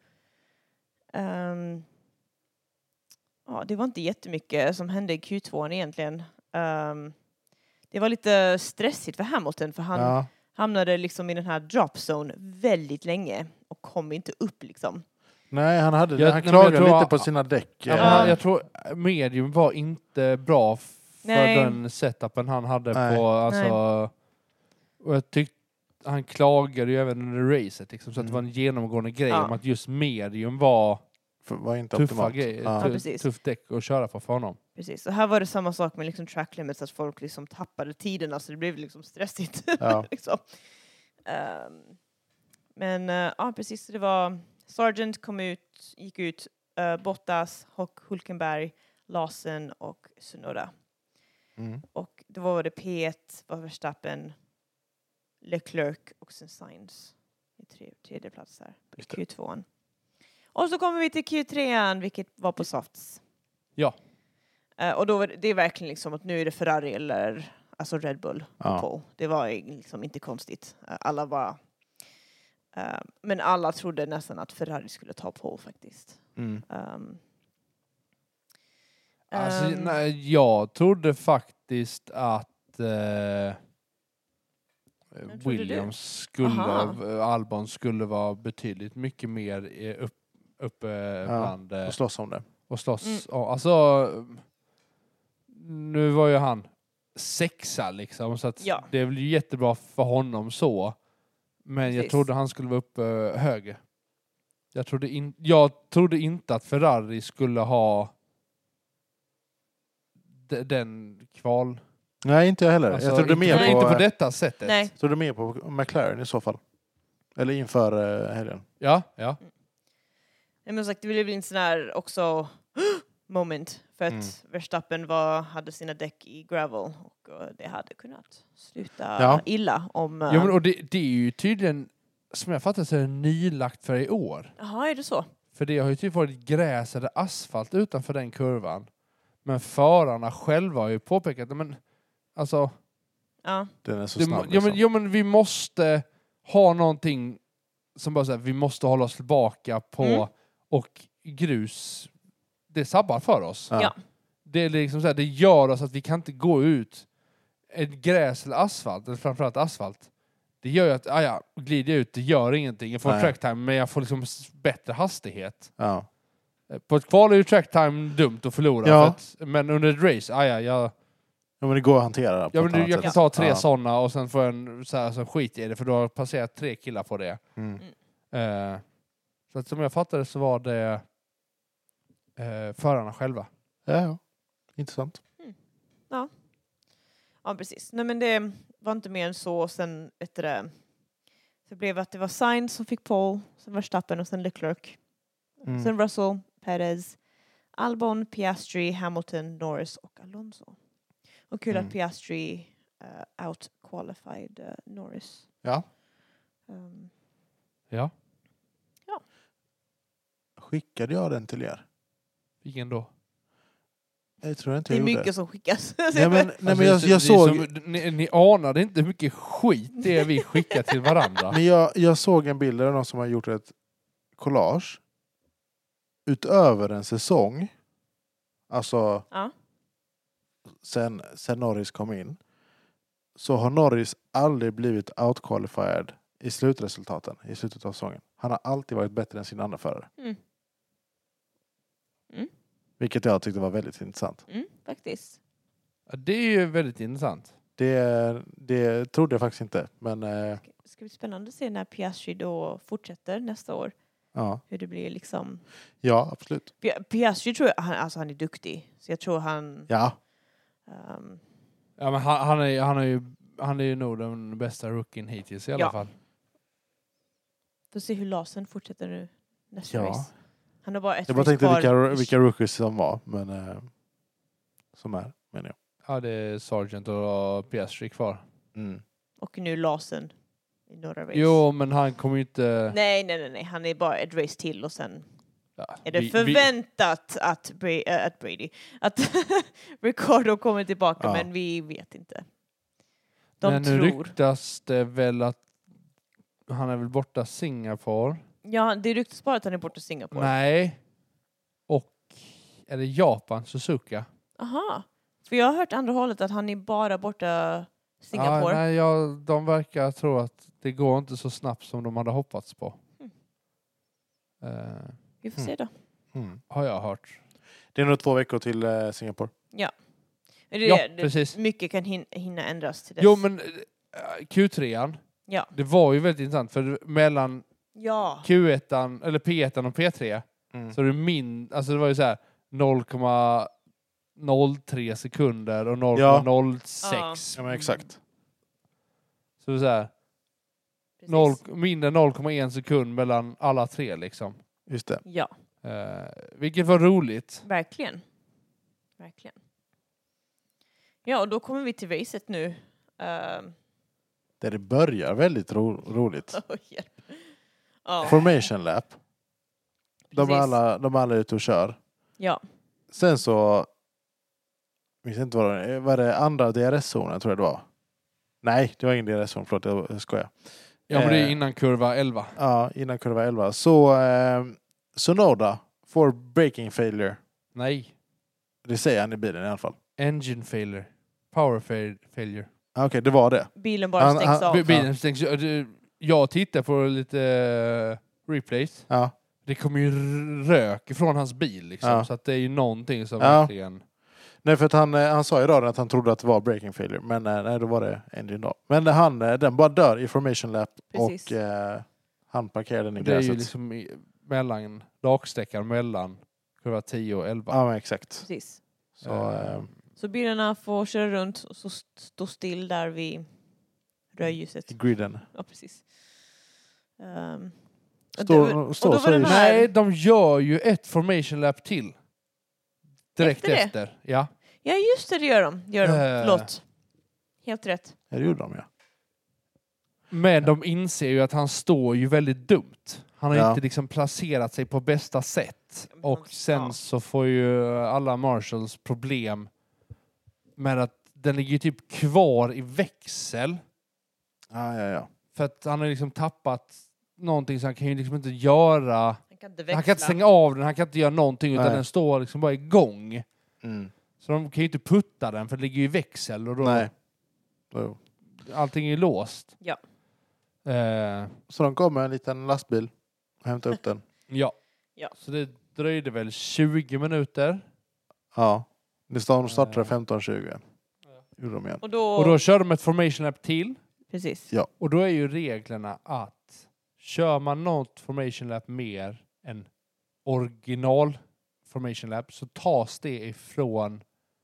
Det var inte jättemycket som hände i Q2 egentligen. Det var lite stressigt för Hamilton, för han hamnade liksom i den här drop zone väldigt länge och kom inte upp liksom. Nej, han klagade lite på sina däck. Jag tror medium var inte bra för den setupen han hade på, alltså, och jag tyckte han klagade ju även under racet liksom, så att det var en genomgående grej om att just medium var inte tuffa tuff däck att köra på för honom. Precis, och här var det samma sak med liksom track limits, att folk liksom tappade tiderna, så det blev liksom stressigt. liksom. Men precis, det var Sargent gick ut, Bottas, Hülkenberg, Larsen och Tsunoda. Och då var det P1 var Verstappen, Leclerc och sen Sainz i tredje plats där, Q2. Och så kommer vi till Q3, vilket var på softs. Ja. Och då var det verkligen liksom att nu är det Ferrari eller alltså Red Bull på pole. Det var liksom inte konstigt. Alla var men alla trodde nästan att Ferrari skulle ta pole faktiskt. Jag trodde faktiskt att Williams Albon skulle vara betydligt mycket mer uppe bland och slåss om det. Och slåss. Alltså nu var ju han 6:a liksom, så att det blir ju jättebra för honom så. Men jag trodde han skulle vara uppe högre. Jag trodde inte att Ferrari skulle ha den kval. Nej, inte jag heller. Alltså, jag trodde inte på detta sättet. Nej. Jag trodde mer på McLaren i så fall. Eller inför helgen. Ja. Men sagt, det blev en sån här också moment för att Verstappen hade sina däck i gravel och det hade kunnat sluta illa om... men och det är ju tydligen, som jag fattar så är det nylagt för i år. Jaha, är det så? För det har ju typ varit gräs eller asfalt utanför den kurvan. Men förarna själva har ju påpekat, men alltså... Den är så snabb. Men vi måste ha någonting som bara säger vi måste hålla oss tillbaka på och grus, det sabbar för oss. Ja. Det är liksom så här, det gör oss att vi kan inte gå ut ett gräs eller asfalt, eller framförallt asfalt. Det gör ju att glider jag ut, det gör ingenting. Jag får track time, men jag får liksom bättre hastighet. Ja. På ett kval är ju track time dumt att förlora. Men under ett race, men det går att hantera. Jag kan ta 3 sådana och sen får jag en så skit i det, för då har jag passerat 3 killar på det. Så att som jag fattade så var det förarna själva. Ja. Intressant. Ja, precis. Nej, men det var inte mer än så. Sen så blev det att det var Sainz som fick pole, sen Verstappen och sen Leclerc. Sen Russell, Perez, Albon, Piastri, Hamilton, Norris och Alonso. Och kul att Piastri out-qualified Norris. Ja. Ja. Skickade jag den till er? Vilken då? Jag tror inte det är jag mycket som skickas. Nej, men jag såg... Ni anade inte hur mycket skit det är vi skickar till varandra. Men jag såg en bild av någon som har gjort ett collage utöver en säsong. Alltså sen Norris kom in, så har Norris aldrig blivit outqualified i slutresultaten i slutet av säsongen. Han har alltid varit bättre än sina andra förare. Vilket jag tyckte var väldigt intressant. Faktiskt. Ja, det är ju väldigt intressant. Det trodde jag faktiskt inte. Men, ska bli spännande att se när Piastri då fortsätter nästa år. Ja. Hur det blir liksom. Ja, absolut. Piastri tror jag, han är duktig. Så jag tror han... Ja. Ja, men han är ju nog den bästa rookien hittills i alla fall. Får se hur Larsen fortsätter nu nästa race. Han har bara ett jag bara tänkte vilka rookies som var, men som är, menar jag. Ja, det är Sargent och Piastri kvar. Och nu Larsen i några race. Jo, men han kommer ju inte... Nej. Han är bara ett race till och sen är det förväntat att Ricardo kommer tillbaka, men vi vet inte. Men nu ryktas det väl att han är väl borta Singapore. Ja, det ryktas bara att han är borta Singapore. Nej. Och är det Japan, Suzuka? Aha. För jag har hört andra hållet att han är bara borta Singapore. De verkar tro att det går inte så snabbt som de hade hoppats på. Vi får se då. Har jag hört. Det är nog 2 veckor till Singapore. Ja. Precis. Mycket kan hinna ändras till dess. Jo, men Q3an. Ja. Det var ju väldigt intressant för mellan Q1 eller P1 och P3 så är det alltså det var ju så här 0,03 sekunder och 0,06. Ja, men exakt. Så det är så här mindre 0,1 sekund mellan alla 3 liksom. Just det. Ja. Vilket var roligt. Verkligen. Ja, och då kommer vi till racet nu. Där det börjar väldigt roligt. Formation lap. De är alla ute och kör. Ja. Sen så minns inte var det andra DRS-zonen tror jag det var. Nej, det var ingen DRS-zon, förlåt jag skojar. Ja, men det är innan kurva 11. Ja, innan kurva 11. Så Sonoda får braking failure. Nej. Det säger han i bilen i alla fall. Engine failure. Power failure. Okej, det var det. Bilen bara stängs av. Bilen stängs av. Jag tittar på lite replays. Ja. Det kommer ju rök ifrån hans bil liksom. Så att det är ju någonting som verkligen... Nej, för att han sa i radion att han trodde att det var braking failure. Men nej, då var det engine då. Men den bara dör i formation lap. Precis. Och han parkerar den i gräset. Det är ju liksom mellan laksträckan mellan kurva 10 och 11. Ja, men exakt. Precis. Så bilarna får köra runt och så stå still där vid rödljuset. I griden. Ja, precis. Nej, de gör ju ett formation lap till. Direkt efter. Ja. Ja, just det gör de. Förlåt. Helt rätt. Ja, det gjorde de, ja. Men de inser ju att han står ju väldigt dumt. Han har inte liksom placerat sig på bästa sätt. Och sen så får ju alla Marshalls problem med att den ligger ju typ kvar i växel. Ja. För att han har liksom tappat någonting så han kan ju liksom inte göra... Han kan inte stänga av den, han kan inte göra någonting utan den står liksom bara igång. Så de kan ju inte putta den för det ligger ju i växel. Och då... Nej. Allting är låst. Ja. Så de kom med en liten lastbil och hämtade upp den. Ja. Så det dröjde väl 20 minuter. Ja. De startade 15-20. Gjorde de igen. Och då kör de ett formation lap till. Precis. Ja. Och då är ju reglerna att kör man något formation lap mer än original formation lap så tas det ifrån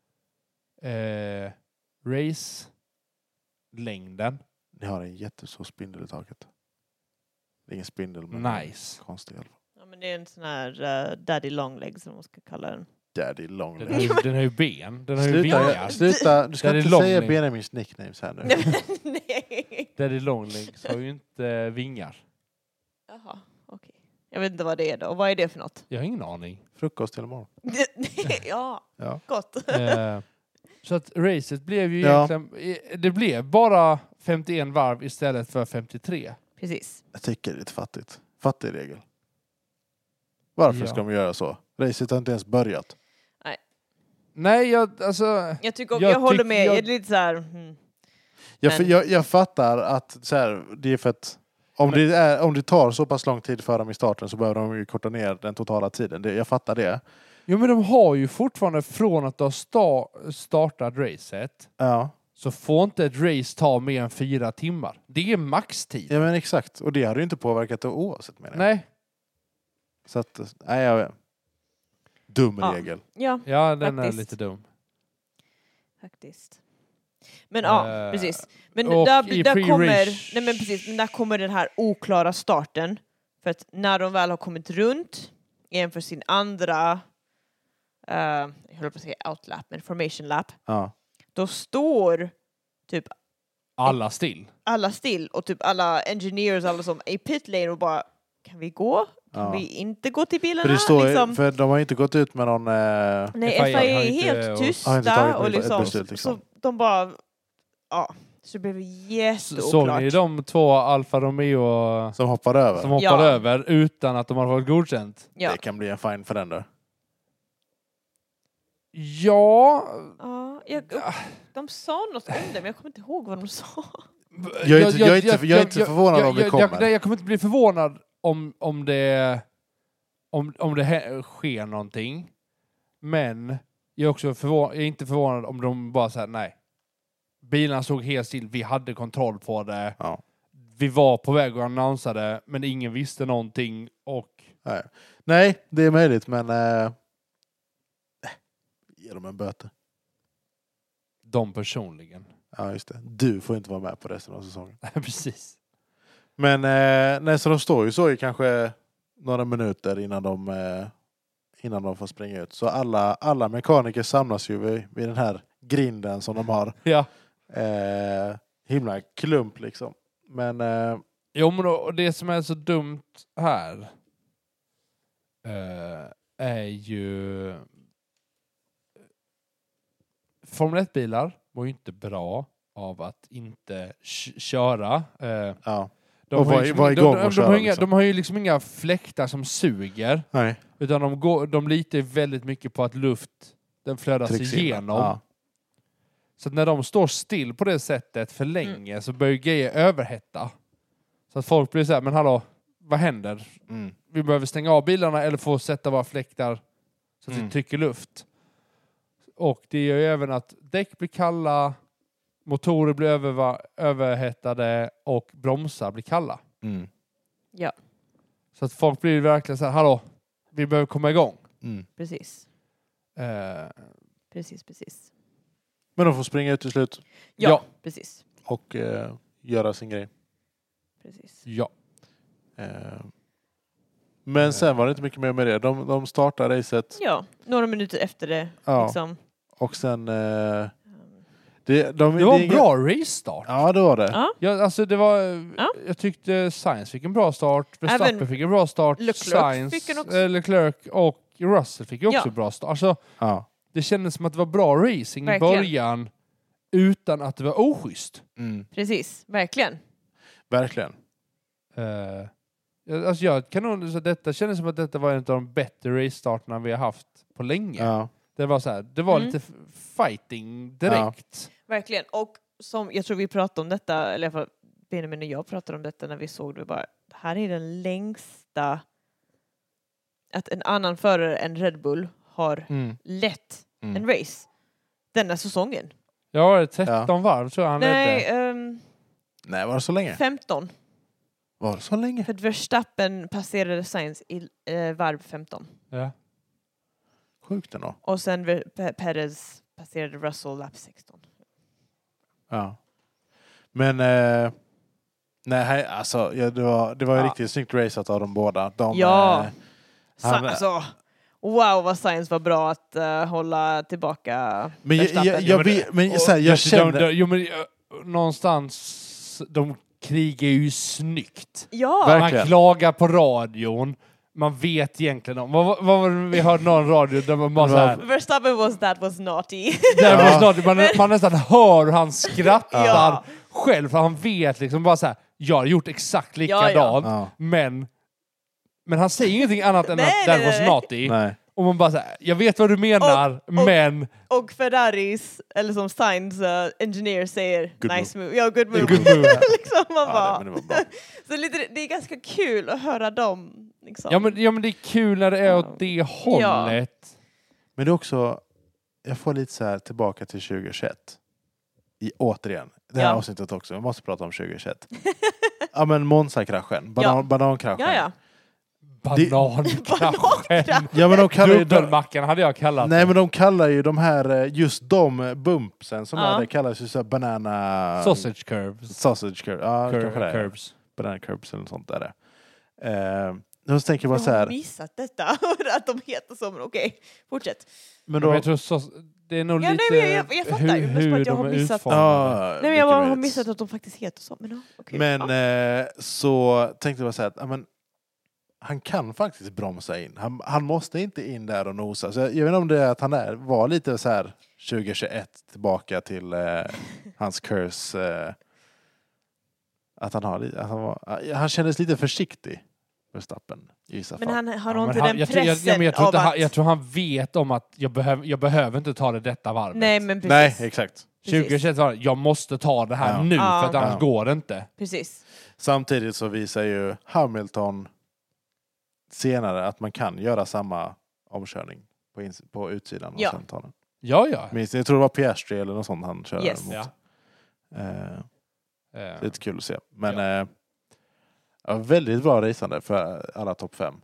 race-längden. Ni har en jättestor spindel i taket. Det är ingen spindel, men nice. Konstig i alla fall. Ja, men det är en sån här daddy long leg som man ska kalla den. Daddy long leg. Den har ju ben. Den har ju vingar. Sluta, du ska Daddy inte säga Benjamins nicknames här nu. Nej. Daddy long legs har ju inte vingar. Jaha, okej. Jag vet inte vad det är då. Och vad är det för något? Jag har ingen aning. Frukost till imorgon. Ja, gott. Så att racet blev ju egentligen... Det blev bara 51 varv istället för 53. Precis. Jag tycker det är lite fattigt. Fattig regel. Varför ska de göra så? Racet har inte ens börjat. Nej. Nej, jag håller med. Jag är lite så här... Jag fattar att så här, det är för att om det tar så pass lång tid för dem i starten så behöver de ju korta ner den totala tiden. Jag fattar det. Jo, men de har ju fortfarande från att de startat racet. Ja. Så får inte ett race ta mer än 4 timmar. Det är maxtid. Ja, men exakt. Och det hade ju inte påverkat det oavsett med det. Nej. Så att, nej, dum regel. Ja, den är lite dum. Faktiskt. Men precis. Men där kommer den här oklara starten. För att när de väl har kommit runt inför sin andra jag höll på att säga outlap, men formation lap. Ja. Då står typ alla still och typ alla engineers, alla som är i pit lane och bara, kan vi gå? Kan vi inte gå till bilarna? För, det står, för de har inte gått ut med någon... Nej, FIA är helt tysta och liksom, beslut, liksom. Så de bara... Ja, så det blev jätteoklart. Såg ni de 2 Alfa Romeo som hoppade över utan att de har fått godkänt? Ja. Det kan bli en fine för den där. Ja, de sa något om det, men jag kommer inte ihåg vad de sa. Jag är inte förvånad om det kommer. Jag kommer inte bli förvånad om det sker någonting. Men jag är inte förvånad om de bara säger nej. Bilarna såg helt still, vi hade kontroll på det. Ja. Vi var på väg att annonsera det, men ingen visste någonting. Och... Nej, det är möjligt, men ge dem en böter. De personligen. Ja, just det. Du får inte vara med på resten av säsongen. Precis. Men så de står ju så i kanske några minuter innan de får springa ut. Så alla mekaniker samlas ju vid den här grinden som de har. Ja. Himla klump liksom. Men jo, men då, det som är så dumt här är ju Formel 1-bilar var ju inte bra av att inte köra. De har ju liksom inga fläktar som suger. Nej. Utan de litar väldigt mycket på att den flödas igenom. Ja. Så när de står still på det sättet för länge så börjar grejer överhetta. Så att folk blir så här, men hallå, vad händer? Vi behöver stänga av bilarna eller få sätta våra fläktar så att vi trycker luft. Och det gör ju även att däck blir kalla, motorer blir överhettade och bromsar blir kalla. Ja. Så att folk blir verkligen så här, hallå, vi behöver komma igång. Precis. Precis. Men de får springa ut till slut. Ja. Precis. Och göra sin grej. Precis. Ja. Men sen var det inte mycket mer med det. De startade racet. Ja, några minuter efter det. Ja. Liksom. Och sen... det var en bra racestart. Ja, det var det. Ja. Jag tyckte Sainz fick en bra start. Verstappen fick en bra start. Leclerc och Russell fick också bra start. Alltså, det kändes som att det var bra racing i början utan att det var oschysst. Precis, verkligen. Alltså jag kan nog, så detta kändes som att detta var en av de bättre race-starterna vi har haft på länge. Ja. Det var så här, det var lite fighting direkt. Ja. Verkligen. Och som jag tror vi pratade om detta, eller i alla fall Benjamin och jag pratade om detta när vi såg det, bara, det här är den längsta att en annan förare än Red Bull har lett en race denna säsongen. Ja, 13 varv tror jag han ledde. Nej, var det så länge? 15. Var det så länge? För att Verstappen passerade Sainz i varv 15. Ja. Sjukt ändå. Och sen Perez passerade Russell lap 16. Ja. Men nej, alltså det var ju riktigt snyggt raceat av de båda. Alltså wow, vad Sainz var bra att hålla tillbaka Verstappen. Jag känner... någonstans, de krigar ju snyggt. Ja. Man klagar på radion. Man vet egentligen om... Vad var det vi hörde någon radio där man bara såhär... Verstappen that was naughty. Man nästan hör hur han skrattar själv. För han vet liksom bara såhär... Jag har gjort exakt likadant. Men han säger ingenting annat än att that was naughty. Nej. Och man bara så här, jag vet vad du menar, men... Och Ferraris, eller som Sainz engineer säger, good nice move. move. Ja, good move. Good move. liksom man bara. Det var bra. Så lite, det är ganska kul att höra dem. Liksom. Ja, men det är kul när det är åt det hållet. Ja. Men det är också, jag får lite så här tillbaka till 2021. Återigen, det här avsnittet också, vi måste prata om 2021 ja men Monza-kraschen, banankraschen. Ja. Banankraschen. Ja men de kallar ju dubbelmackan hade jag kallat. Nej men de kallar ju de här, just de bumpsen som är, det kallas ju så här banana... Sausage curves. Sausage curves, ja kanske det. Curves. Banana curves eller något sånt där. Nu tänker jag bara så här. Jag har missat detta, att de heter så, men okej, fortsätt. Men då, jag tror det är nog lite jag fattar ju, hur jag har de är missat. utformade. Nej men jag har missat att de faktiskt heter så. Men, så tänkte jag bara säga att han kan faktiskt bromsa in. Han måste inte in där och nosa. Så jag vet inte om det är att han var lite så här 2021 tillbaka till hans curse. Att han kändes lite försiktig. Verstappen i vissa fall. Men han har nog inte den pressen jag tror han vet om att jag behöver inte ta det detta varvet. Nej, men precis. Nej, exakt. 2021 var jag måste ta det här nu för att annars går det inte. Precis. Samtidigt så visar ju Hamilton senare att man kan göra samma omkörning på utsidan av centralen. Ja. Minst, jag tror det var Piastri eller något sånt han körde mot. Ja. Det är lite kul att se. Men väldigt bra resande för alla topp 5.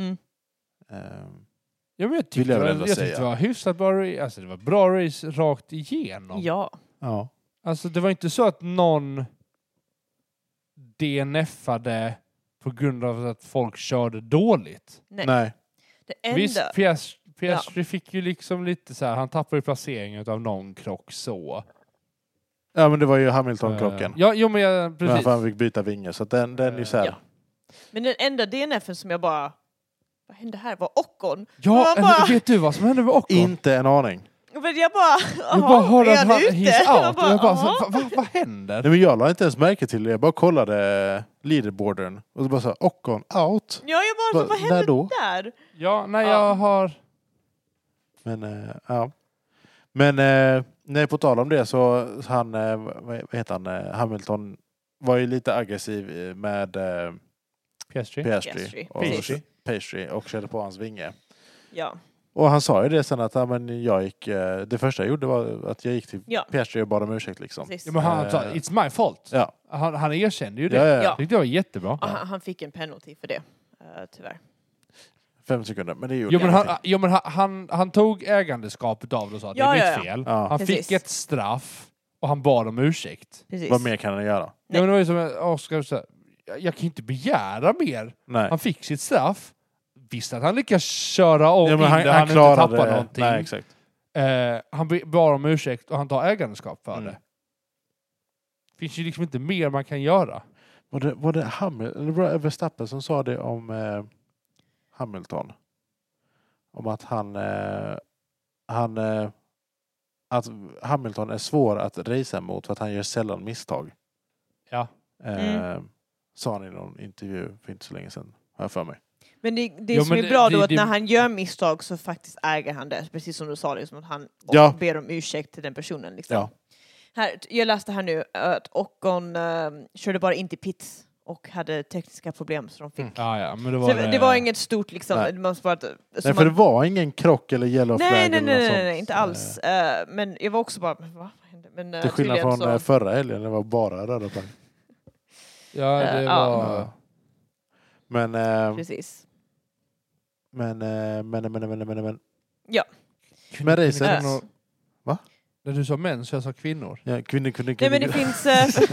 Jag tyckte det var hyfsat bra. Alltså det var bra race rakt igenom. Ja. Alltså det var inte så att någon DNFade på grund av att folk körde dåligt. Nej. Det enda... Visst, Piastri fick ju liksom lite så här, han tappade ju placeringen av någon krock så. Ja men det var ju Hamilton-krocken. Precis. Han fick byta vinge så att den är ju så här. Ja. Men den enda DNFen som jag bara, vad hände här, var Ocon. Ja, bara, vet du vad som hände med Ocon? Inte en aning. Men jag bara hörde att han ute? He's out. Jag bara, vad händer? Nej, men jag la inte ens märke till det. Jag bara kollade leaderboarden och så bara så Ocon out. Ja, jag bara, vad hände där? Ja, när jag har... Men, Men, nej, på tal om det så han, vad heter han, Hamilton var ju lite aggressiv med Piastri och körde på hans vinge. Ja. Och han sa ju det sen att det första jag gjorde var att jag gick till Piastri och bad om ursäkt liksom. Ja, men han sa, it's my fault. Ja. Han erkände ju det. Ja. Det var jättebra. Han fick en penalty för det, tyvärr. 5 sekunder, men det gjorde han tog ägandeskapet av det och sa att det är mitt fel. Ja. Han fick ett straff och han bad om ursäkt. Precis. Vad mer kan han göra? Ja, men det var ju som Oscar sa, jag kan inte begära mer. Nej. Han fick sitt straff. Visst att han lyckas köra om han inte tappar någonting. Nej, exakt. Han bad om ursäkt och han tar ägandeskap för det. Finns ju liksom inte mer man kan göra. Var det Hamilton eller Verstappen som sa det om Hamilton? Om att att Hamilton är svår att racea mot för att han gör sällan misstag. Ja. Sa han i någon intervju för inte så länge sedan, har jag för mig. Men det som är bra då att när han gör misstag så faktiskt äger han det. Precis som du sa, liksom, att han ber om ursäkt till den personen. Liksom. Ja. Jag läste här nu att Ocon körde bara in till pits och hade tekniska problem så de fick. Men det var inget stort liksom. Nej, för det var ingen krock eller yellow flag nej, inte alls. Men jag var också bara, vad hände? Men, till skillnad från förra helgen, det var bara röda plagg. Ja, det var... Men... Precis. Men... Ja. Men racet... Va? När du sa män så jag sa kvinnor. Ja, kvinnor. Nej, men det finns...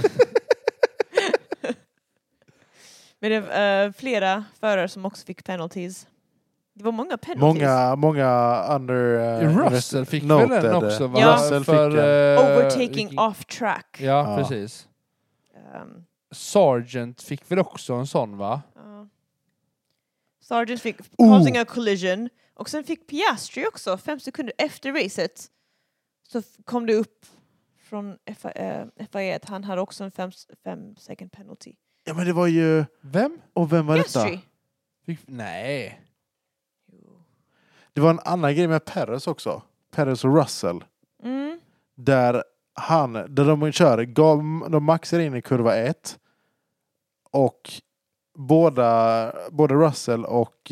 men det är flera förare som också fick penalties. Det var många penalties. Många under... Russell fick väl en också, va? Ja. Russell för overtaking off track. Ja, precis. Sargent fick väl också en sån, va? Sargent fick causing a collision. Och sen fick Piastri också 5 sekunder efter racet. Så kom det upp från FIA att han hade också en 5 second penalty. Ja, men det var ju... Vem? Och vem var Piastri. detta? Nej. Det var en annan grej med Perez också. Perez och Russell. Där de kör, de maxar in i kurva 1. Och både Russell och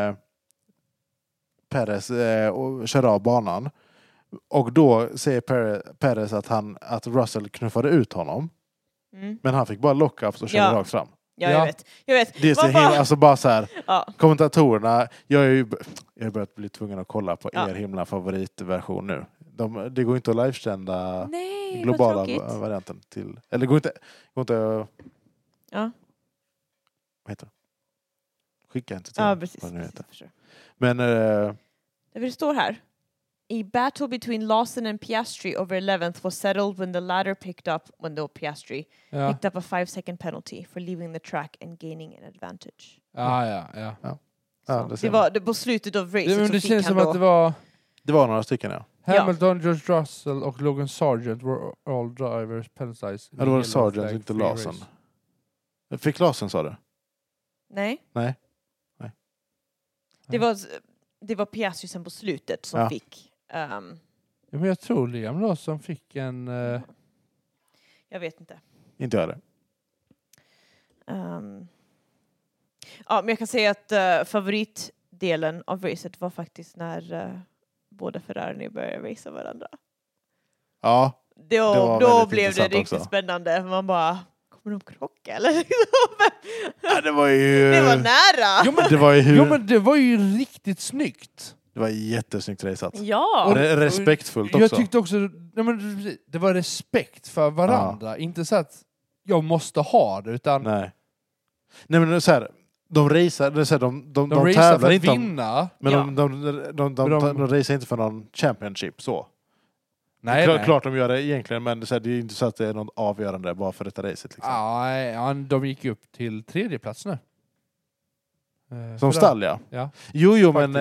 Perez kör av banan. Och då säger Perez att Russell knuffade ut honom. Men han fick bara lockups och körde rakt fram. Ja, jag vet. Det är så alltså bara så här, kommentatorerna, jag har börjat bli tvungen att kolla på er himla favoritversion nu. Det går inte att livesända globala varianten till, eller går inte vad heter det? Skicka inte till. Ja, precis. Men det står här. A battle between Lawson and Piastri over 11th was settled when the latter picked up picked up a 5-second penalty for leaving the track and gaining an advantage. Det var på slutet av racet. Det känns som att det var några stycken, Hamilton, George Russell och Logan Sargent were all drivers penalized. Ja, det var Sargent, inte Lawson. Fick Lawson, sa du? Nej. Det var Piastri sen på slutet som fick. Men jag tror Liam Lawson fick en. Jag vet inte. Inte jag det. Men jag kan säga att favoritdelen av racet var faktiskt när båda Ferrari började racea varandra. Ja. Då blev det riktigt också spännande. Man bara, kommer de krocka eller? Ja, det var ju... Det var nära. Det var ju riktigt snyggt. Det var jättesnyggt raceat. Ja. Och respektfullt också. Jag tyckte också det var respekt för varandra. Ja. Inte så att jag måste ha det, utan... Nej men så här, de racear, så här, de tävlar för att inte vinna. Men de racear inte för någon championship så. Nej. Klart de gör det egentligen, men det är inte så att det är något avgörande bara för detta racet. Liksom. Ja, de gick upp till 3:e plats nu. Som stall, ja. Jo, men...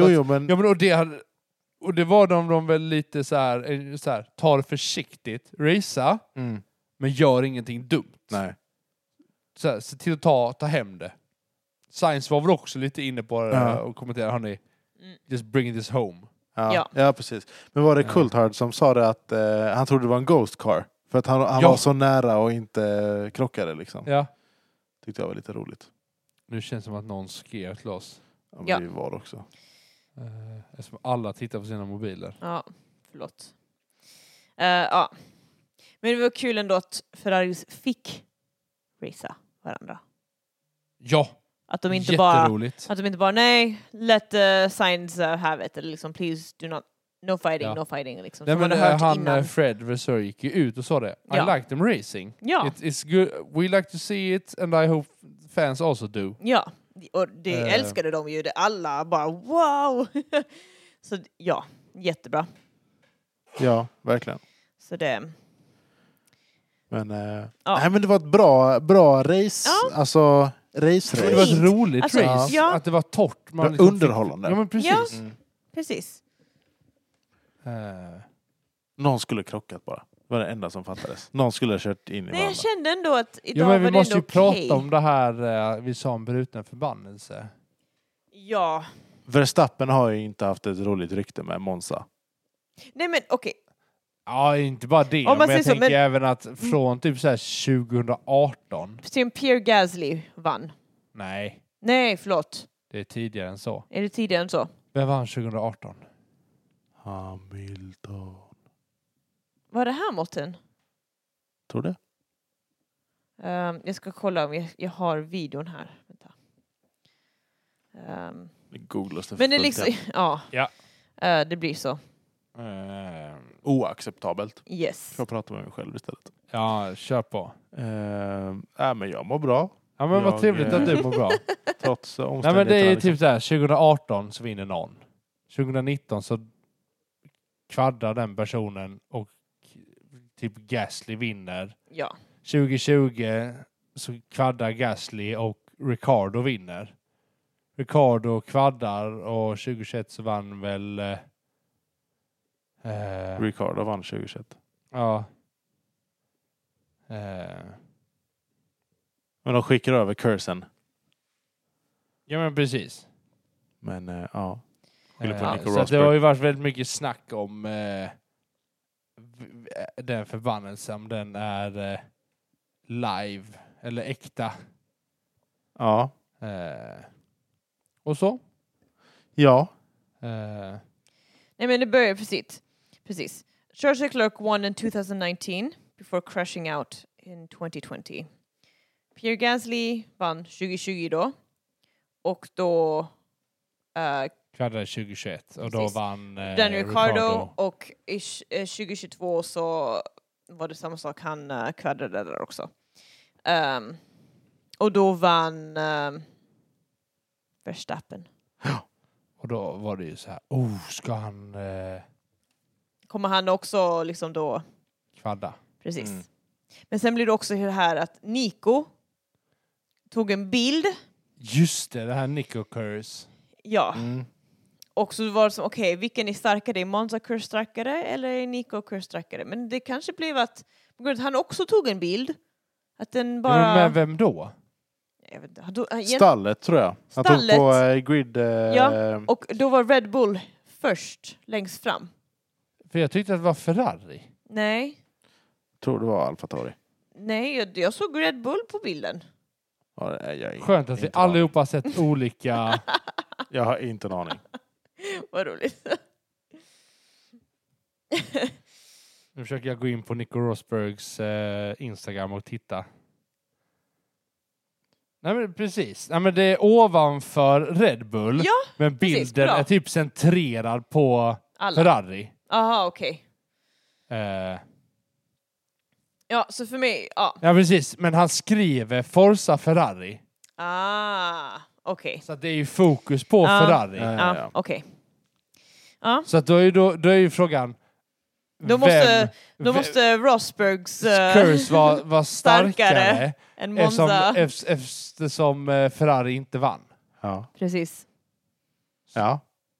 Och det var de väl lite så här tar försiktigt, racea, men gör ingenting dumt. Nej. Så här, se till att ta hem det. Sainz var väl också lite inne på det och kommenterade, hörni, just bring this home. Ja, precis. Men var det Coulthard som sa det att han trodde det var en ghost car? För att han var så nära och inte krockade liksom. Ja. Tyckte jag var lite roligt. Nu känns det som att någon skrev till oss. Ja, det var det också. Eftersom alla tittar på sina mobiler. Ja, förlåt. Men det var kul ändå att Ferrari fick racea varandra. Ja. Att de inte bara nej, let Sainz have it, eller liksom please do not no fighting liksom. Nej, men Fred Vasseur gick ju ut och sa det. I like them racing. Ja. It's good. We like to see it and I hope fans also do. Ja, och det älskade de ju. Alla bara wow. Så ja, jättebra. Ja, verkligen. Så det... Men, nej, men det var ett bra race. Ja. Alltså... Race. Det var ett roligt race. Ja. Att det var torrt. Man liksom underhållande. Ja, men precis. Ja, precis. Någon skulle krockat bara. Det var det enda som fattades. Någon skulle ha kört in i varandra. Jag kände ändå att idag men vi måste ju prata om det här vi sa om bruten förbannelse. Ja. Verstappen har ju inte haft ett roligt rykte med Monza. Nej, men okej. Ja, inte bara det. Men jag tänker även att från typ så här 2018. Pierre Gasly vann. Nej, förlåt. Det är tidigare än så. Är det tidigare än så? Vem vann 2018? Hamilton. Var det Hamilton? Tror det. Jag ska kolla om jag har videon här. Vänta. Men det är liksom... Ja. Det blir så. Oacceptabelt. Yes. Jag pratar med mig själv istället. Ja, kör på. Men jag mår bra. Ja, men vad trevligt att du mår bra. Trots omständigheterna. Nej, men det är ju typ så här, 2018 så vinner någon. 2019 så kvaddar den personen och typ Gasly vinner. Ja. 2020 så kvaddar Gasly och Ricardo vinner. Ricardo kvaddar och 2021 så vann väl... Ricardo vann 2021. Ja. Men de skickar över cursen. Ja, men precis. Men ja. Så det har ju varit väldigt mycket snack om den förbannelsen, om den är live eller äkta. Ja. Och så? Ja. Nej, men det börjar precis. George Leclerc won in 2019 before crashing out in 2020. Pierre Gasly vann 2020 då. Och då kvadrade 2021 och då vann Daniel Ricciardo. Och i 2022 så var det samma sak, han kvadrade där också. Och då vann Verstappen. Och då var det ju så här, ska han kommer han också liksom då kvadda? Precis. Men sen blir det också det här att Nico tog en bild. Just det här Nico Curse. Ja. Och så var det som, okej, vilken är starkare? Är Monza Curse starkare eller är Nico Curse starkare? Men det kanske blev att på grund av att han också tog en bild. Att den bara... Men vem då? Jag vet inte. Stallet tror jag. Han tog på grid... Ja, och då var Red Bull först, längst fram. För jag tyckte att det var Ferrari. Nej. Tror det var AlphaTauri. Nej, jag såg Red Bull på bilden. Ja, skönt att vi allihopa har sett olika... Jag har inte en aning. Vad roligt. Nu försöker jag gå in på Nico Rosbergs Instagram och titta. Nej men precis. Nej men det är ovanför Red Bull. Ja, men bilden är typ centrerad på alla. Ferrari. Aha, okej. Ja, så för mig, ja. Ja precis, men han skriver Forza Ferrari. Okej. Så att det är ju fokus på Ferrari. Ja, okej. Ja. Så att då är ju frågan. Då måste Rosbergs curse vara starkare än Monza. Eftersom Ferrari inte vann. Ja. Precis. Ja.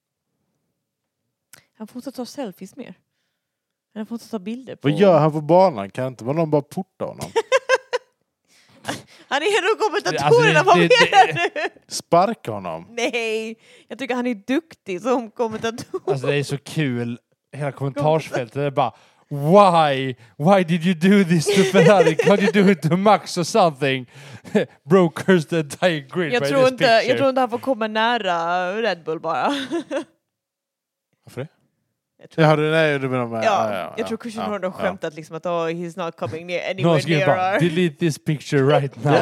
Han får inte ta selfies mer. Han får inte ta bilder på... Vad gör han på banan? Kan inte någon bara porta honom? Han är en av kommentatorerna, vad menar du? Sparka honom? Nej, jag tycker han är duktig som kommentator. Alltså det är så kul. Hela kommentarsfältet är bara Why did you do this to Ferrari? Can't you do it to Max or something? Brokers the entire grid. Jag tror inte han får komma nära Red Bull bara. Varför det? Jag tror Christian Horner har skämtat liksom att he's not coming anywhere near. Delete this picture right now.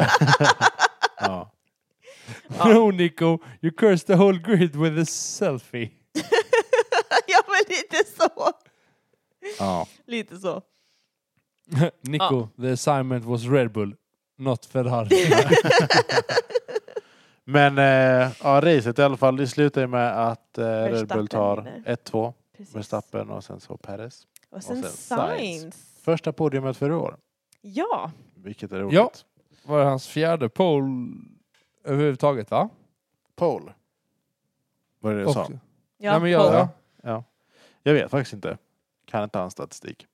No, Nico, you cursed the whole grid with a selfie. Ja, men lite så. Ja. Lite så. Nico, the assignment was Red Bull, not Ferrari. Men racet i alla fall, det slutar ju med att Red Bull tar 1-2. Verstappen och sen så Perez. Och sen Sainz. Första podiumet för i år. Ja. Vilket är roligt. Ja, var det hans fjärde pole överhuvudtaget, va? Pole. Vad är det du sa? Ja, nej, men ja. Jag vet faktiskt inte. Kan inte ha en statistik.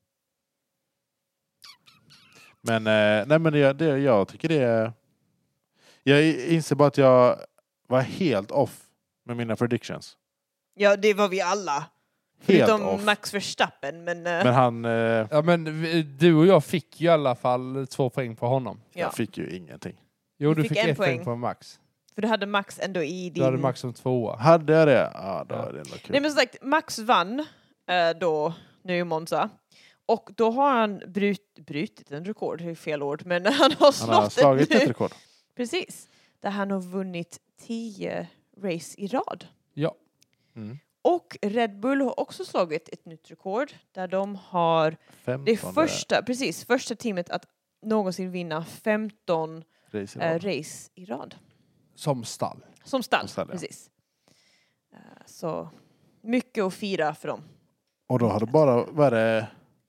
Men jag tycker det är... Jag inser bara att jag var helt off med mina predictions. Ja, det var vi alla. Förutom Max Verstappen, men han... Ja, men du och jag fick ju i alla fall 2 poäng på honom. Ja. Jag fick ju ingenting. Jo, du fick 1 poäng på Max. För du hade Max ändå i din... Du hade Max som 2. Hade jag det? Ja, då är det ändå kul. Nej, men som sagt, Max vann då, nu i Monza. Och då har han brutit en rekord, det är fel ord, men han har slagit ett rekord. Precis. Där han har vunnit 10 race i rad. Ja. Mm. Och Red Bull har också slagit ett nytt rekord där de har 15. det första teamet att någonsin vinna 15 race i rad. Som stall. Som stall, precis. Så mycket att fira för dem. Och då har det bara varit...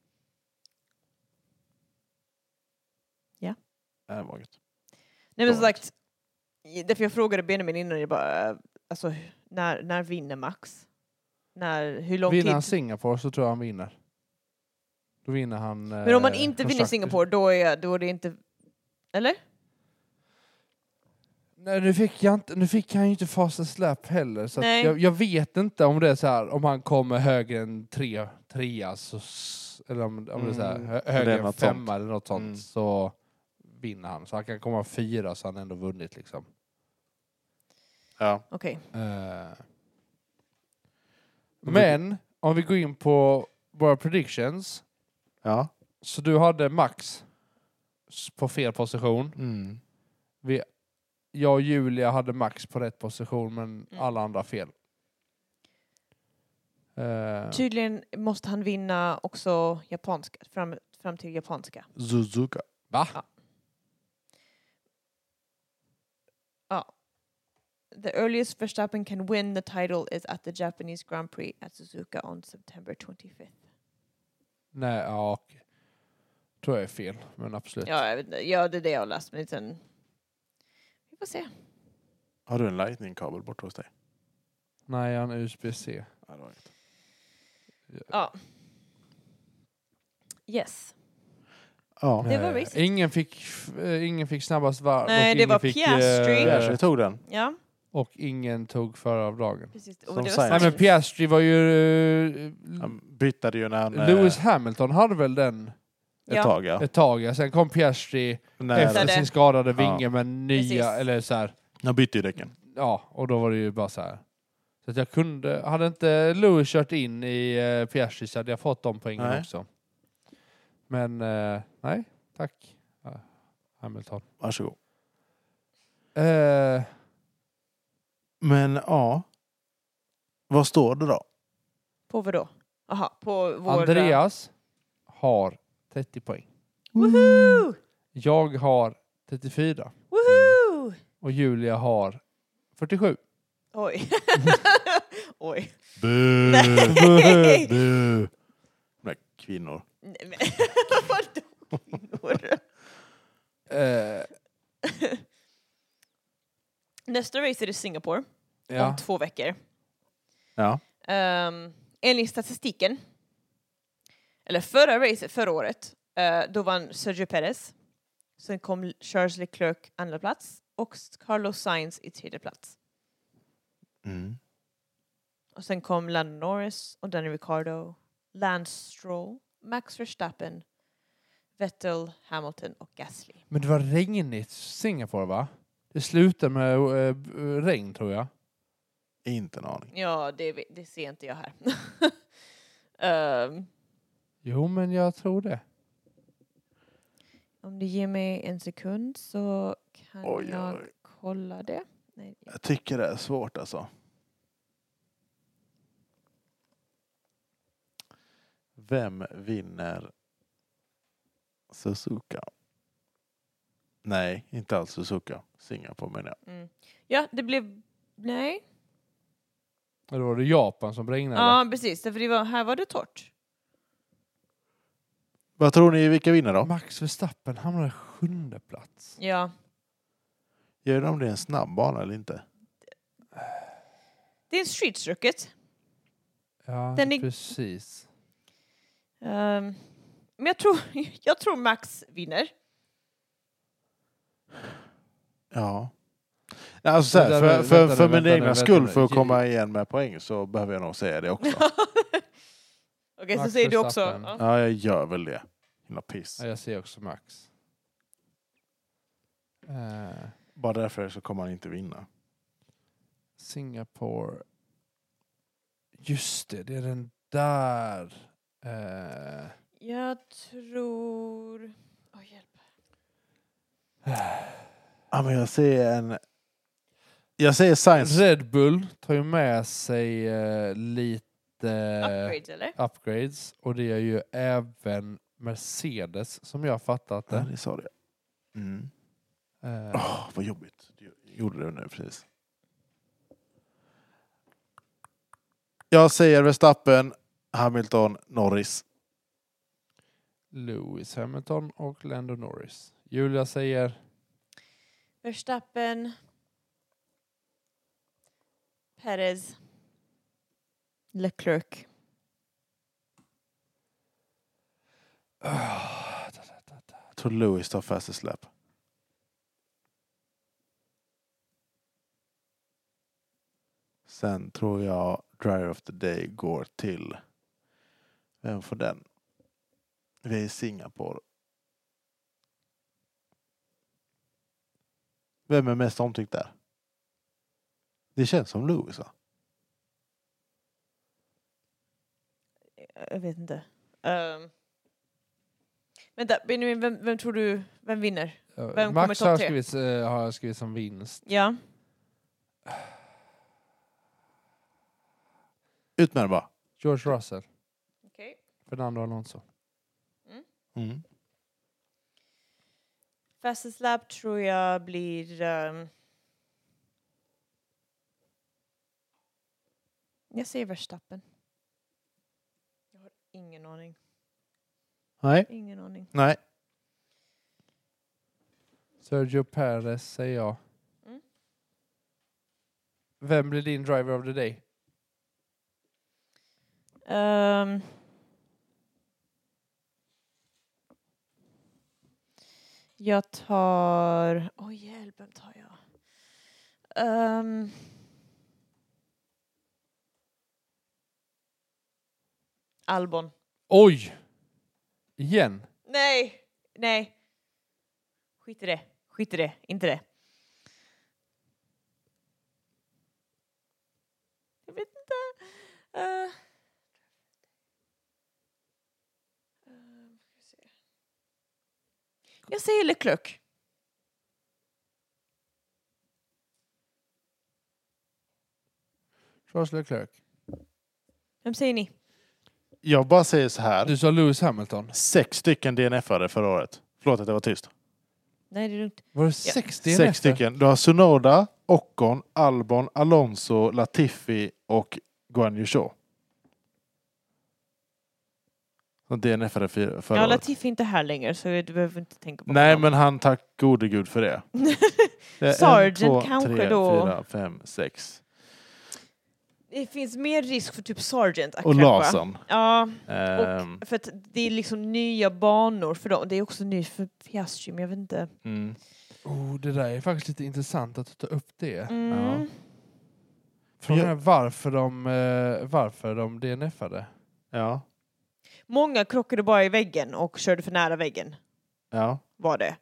Ja. Det var gött. Nej, men som sagt, därför jag frågade Benjamin innan, jag bara, alltså, när vinner Max? Hur lång tid? Vinner han Singapore så tror jag han vinner. Då vinner han... Men om man inte vinner Singapore, då är det inte... Eller? Nej, nu fick han ju inte fastest lap heller. Så att jag vet inte om det är så här, om han kommer högre än 3 så, eller om det är så här, högre än 5 eller något sånt, så vinner han. Så han kan komma 4 så han ändå vunnit liksom. Ja. Okej. Men om vi går in på våra predictions. Ja. Så du hade Max på fel position. Jag och Julia hade Max på rätt position, men alla andra fel. Tydligen måste han vinna också japanska, fram till japanska. Suzuka. Va? Ja. The earliest Verstappen can win the title is at the Japanese Grand Prix at Suzuka on September 25th. Nej, ja. Tror jag är fel, men absolut. Ja, det är det jag har läst, men sen... Vi får se. Har du en lightning-kabel bort hos dig? Nej, han är USB-C. Ja. Yes. Ja. Det var racet. Ingen fick snabbast varv. Nej, det var Piastri. Piastri tog den. Ja. Och ingen tog förra av dagen. Precis. Nej, men Piastri var ju... Han byttade ju när han... Lewis Hamilton hade väl den... Ett tag, ja. Sen kom Piastri efter sin skadade vinge med nya... Precis. Eller så här. Han bytte ju däcken. Ja, och då var det ju bara så här. Så att hade inte Lewis kört in i Piastri så hade jag fått de poängen också. Men nej, tack. Hamilton. Varsågod. Men ja. Vad står det då? På vad då? Aha, på vår... Andreas har 30 poäng. Woohoo! Jag har 34. Woohoo! Och Julia har 47. Oj. Oj. Boo! Nej. Boo! Men kvinnor. Nej, men vadå kvinnor? Nästa race är i Singapore. Om 2 veckor. Ja. Enligt statistiken. Eller förra året. Då vann Sergio Perez. Sen kom Charles Leclerc andra plats. Och Carlos Sainz i 3:e plats. Och sen kom Lando Norris och Daniel Ricciardo, Lance Stroll, Max Verstappen, Vettel, Hamilton och Gasly. Men det var regnigt i Singapore, va? Det slutade med regn, tror jag. Inte en aning. Ja, det ser inte jag här. Jo, men jag tror det. Om du ger mig en sekund så kan jag kolla det. Nej. Jag tycker det är svårt alltså. Vem vinner Suzuka? Nej, inte alls Suzuka. Singapore menar jag. Ja, det blev... Nej. Då var det Japan som regnade. Ja, precis. För här var det torrt. Vad tror ni, vilka vinner då? Max Verstappen hamnade 7:e plats. Ja. Gör de det en snabb bana eller inte? Det är en street circuit. Ja, precis. Men jag tror Max vinner. Ja. Alltså så här, för min egna skull för att komma igen med poäng så behöver jag nog säga det också. Okej, så säger du också. Ja, jag gör väl det. Himla piss. Ja, jag ser också Max. Bara därför så kommer han inte vinna. Singapore. Just det är den där. Jag tror... hjälp. Ja, men jag säger Science. Red Bull tar ju med sig lite upgrades, eller? Upgrades. Och det är ju även Mercedes som jag har fattat det. Ja, det sa det. Vad jobbigt. Du gjorde det nu precis. Jag säger Verstappen, Hamilton, Norris. Lewis Hamilton och Lando Norris. Julia säger Verstappen, Perez, Leclerc. Jag tror Lewis tar fastest lap. Sen tror jag Driver of the Day går till... Vem får den? Vi är i Singapore. Vem är mest omtyckt där? Det känns som Lewis, va? Jag vet inte. Vänta, Benjamin, vem tror du, vem vinner? Vem Max kommer har skrivit som vinst. Ja. Ut med det bara. George Russell. Okej. Fernando Alonso. Mm. Fastest lap tror jag blir... jag säger Verstappen. Jag har ingen aning. Nej. Ingen aning. Nej. Sergio Perez säger jag. Vem blir din driver of the day? Jag tar... hjälp, vem tar jag? Albon. Oj! Igen? Nej. Skit i det. Inte det. Jag vet inte. Jag säger Leclerc. Charles Leclerc. Vem säger ni? Jag bara säger så här. Du sa Lewis Hamilton. 6 stycken DNF-are förra året. Förlåt att det var tyst. Nej, det är lugnt. Var det 60 DNF? 6 stycken. Du har Tsunoda, Ocon, Albon, Alonso, Latifi och Guan Yu Zhou. DNF-are förra året. Latifi är inte här längre, så du behöver inte tänka på Nej, honom. men han tack gode gud för det. Sargent 1, 2, kanske 3, då. 4, 5, 6. Det finns mer risk för typ Sargent att Och Larsen. Ja, och för att det är liksom nya banor för dem. Det är också ny för Piastri, men jag vet inte. Det där är faktiskt lite intressant att ta upp det. Ja. Frågan är varför de DNF-ade. Ja. Många krockade bara i väggen och körde för nära väggen. Ja. Var det.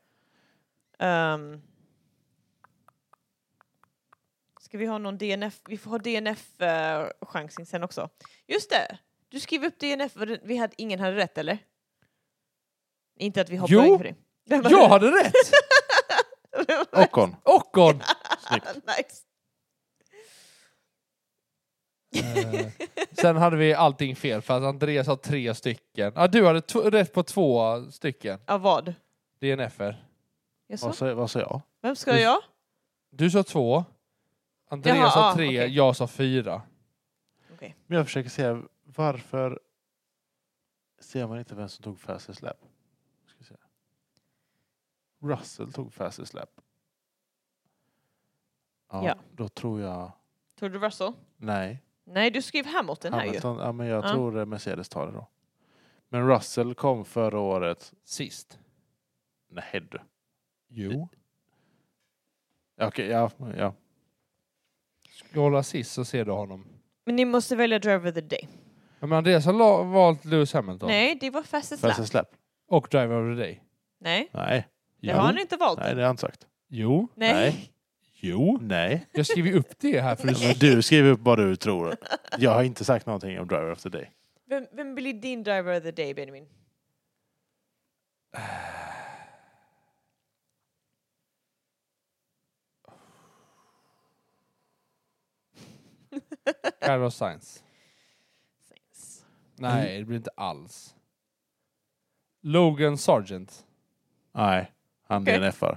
Ska vi ha någon DNF? Vi får ha DNF-chansning sen också. Just det. Du skrev upp DNF. Ingen hade rätt, eller? Inte att vi har poäng för det. Jag hade rätt! Ocon. Nice. Sen hade vi allting fel för att Andreas har 3 stycken. Du hade rätt på 2 stycken. Ja, vad? DNF-er. Vad sa jag? Vem ska jag? Du sa 2. Andreas sa 3, okay. Jag sa 4. Okay. Men jag försöker säga varför ser man inte vem som tog fastest lap? Russell tog fastest lap. Ja, då tror jag... Tror du Russell? Nej, du skrev Hamilton här ju. Ja, men jag tror Mercedes tar det då. Men Russell kom förra året sist. Nej, du. Jo. Okej, ja. Skåla sist så ser du honom. Men ni måste välja driver of the day. Ja, men Andreas har valt Lewis Hamilton. Nej, det var fastest lap. Och driver of the day. Nej. Det har han inte valt. Nej, det har han sagt. Jo. Nej. Jo. Nej. Jag skriver upp det här för du skriver upp vad du tror. Jag har inte sagt någonting om driver of the day. Vem blir din driver of the day, Benjamin? Carlos Sainz. Nej, det blir inte alls. Logan Sargent. Nej, han är DNF-ar.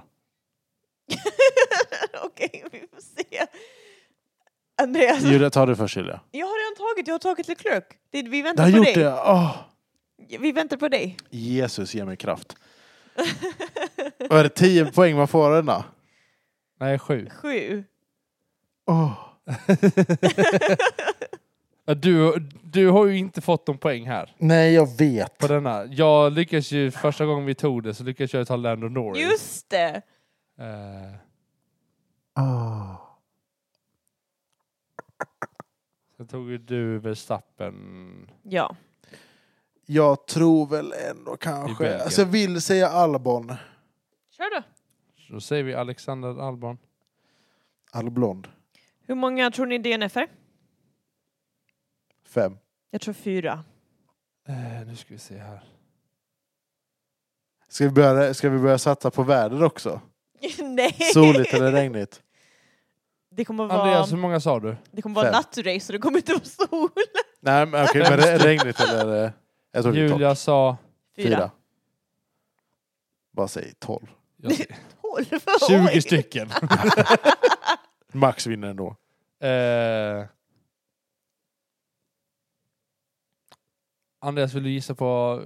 Okej, vi får se. Andreas. Julia, tar du först, Julia. Jag har redan tagit Leclerc. Vi väntar på dig. Vi väntar på dig. Jesus, ge mig kraft. Vad är det, 10 poäng man får denna? Nej, 7. 7. Du har ju inte fått någon poäng här. Nej, jag vet. På denna. Jag lyckades ju, första gången vi tog det så lyckades jag ta Lando Norris. Just det. Sen tog ju du Verstappen. Ja. Jag tror väl ändå kanske... Alltså jag vill säga Albon. Kör då. Då säger vi Alexander Albon. Alblond. Hur många tror ni DNF är? 5. Jag tror 4. Nu ska vi se här. Ska vi börja satsa på väder också? Nej. Soligt eller regnigt? Det kommer vara... Andreas, hur många sa du? Det kommer vara nattrace så det kommer inte vara sol. Nej, men okej, men regnigt eller... Jag tror Julia sa... 4. Bara säg 12. 20 stycken. Max vinner ändå. Andreas, vill du gissa på...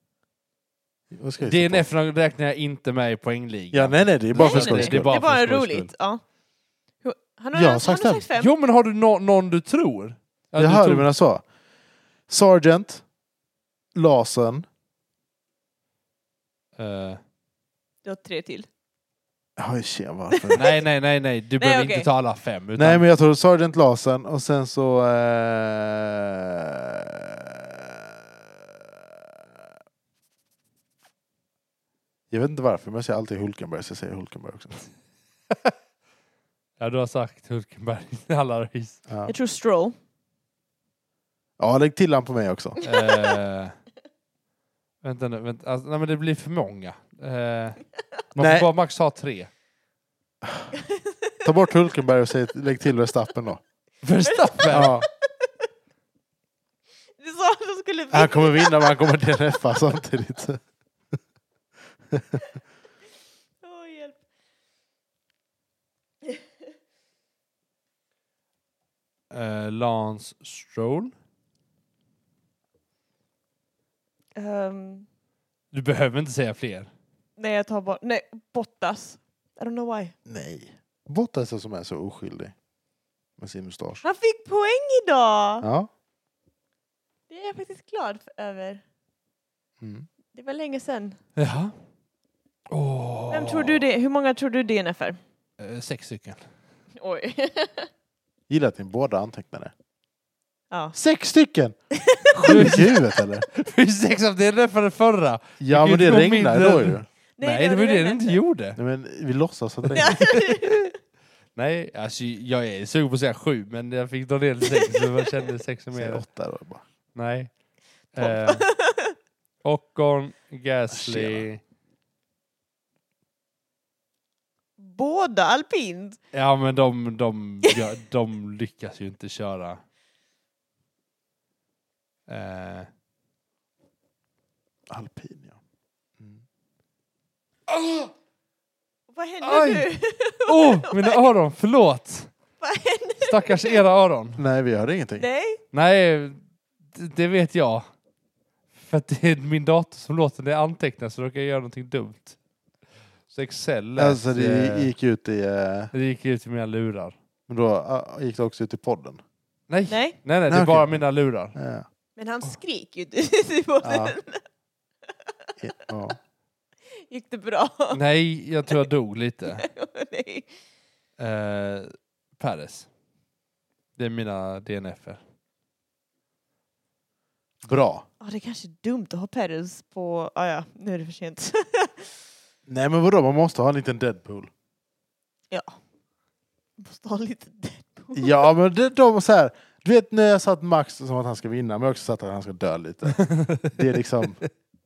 DNF räknar jag inte med i poängligan. Ja, nej, det är bara för skojs skull. Det är bara roligt. Ja. Han har sagt 5. Jo, men har du någon du tror? Ja, jag hörde vad jag sa. Sargent, Larsen. Du har 3 till. Oj, tjena, varför? nej. Du behöver inte ta alla 5. Utan... Nej, men jag tror Sargent, Larsen och sen så... Jag vet inte varför, men jag säger alltid Hulkenberg, så jag säger Hulkenberg också. Ja, du har sagt Hulkenberg i alla race. Ja. Jag tror Stroll. Ja, lägg till han på mig också. Vänta nu. Alltså, nej, men det blir för många. Man får bara max ha 3. Ta bort Hulkenberg och lägg till Verstappen då. Verstappen? Ja. Du sa att de skulle vinna. Han kommer vinna, men han kommer DNF samtidigt. Hjälp. Lance Stroll. Du behöver inte säga fler. Nej, jag tar bort... Nej, Bottas. I don't know why. Nej. Bottas är som är så oskyldig. Med sin mustasch. Han fick poäng idag! Ja. Det är jag faktiskt glad över. Mm. Det var länge sedan. Jaha. Vem tror du det? Hur många tror du DNF är? 6 stycken. Oj. Gillar att ni båda antecknade. Ja. 6 stycken! Sjukt i huvudet eller? 6 av DNF för det förra. Ja, men det regnade då ju. Nej, det var det inte gjorde. Nej, men vi låtsas att det regnade. Nej, alltså jag är sugen på att säga 7, men jag fick dra ner 6 så jag kände 6 mer. 8 då bara. Nej. Ocon, Gasly. Båda alpint. Ja, men de lyckas ju inte köra. Alpin, ja. Vad händer nu? Mina öron, förlåt. Vad händer? Stackars era öron. Nej, vi hörde ingenting. Nej, det vet jag. För att det är min dator som låter det antecknas så då kan jag göra någonting dumt. Så Excel alltså det gick ut i... Det gick ut i mina lurar. Men då gick det också ut i podden. Nej, det är bara mina lurar. Ja. Men han skriker ju i podden. Ja. Gick det bra? Nej, jag tror jag dog lite. Nej. Paris. Det är mina DNF:er. Bra. Det är kanske dumt att ha Perez på... ja, nu är det för sent. Nej, men vadå? Man måste ha en liten Deadpool. Ja. Man måste ha en liten Deadpool. Ja, men de så här... Du vet när jag satt Max som att han ska vinna, men jag har också satt att han ska dö lite. Det är liksom...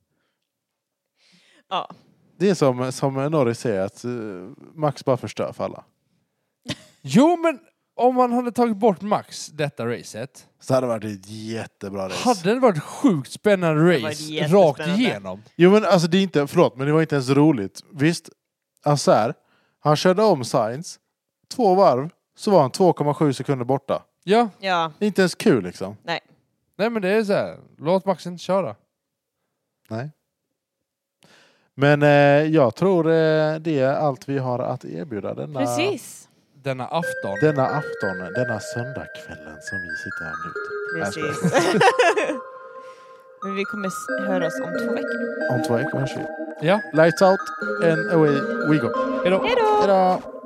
Ja. Det är som Norris säger, att Max bara förstör för alla. Jo, men om man hade tagit bort Max detta racet så hade det varit ett jättebra race. Hade det varit sjukt spännande race rakt igenom. Jo, men alltså det är inte, förlåt, men det var inte ens roligt. Visst, alltså här, han körde om Sainz 2 varv, så var han 2,7 sekunder borta. Ja. Det är inte ens kul liksom. Nej, men det är så här, låt Max inte köra. Nej. Men jag tror det är allt vi har att erbjuda denna afton. Denna söndagskvällen som vi sitter här nu. Precis. Men vi kommer höras om 2 veckor. Om 2 veckor hörs vi. Ja. Lights out and away we go. Hejdå. Hejdå.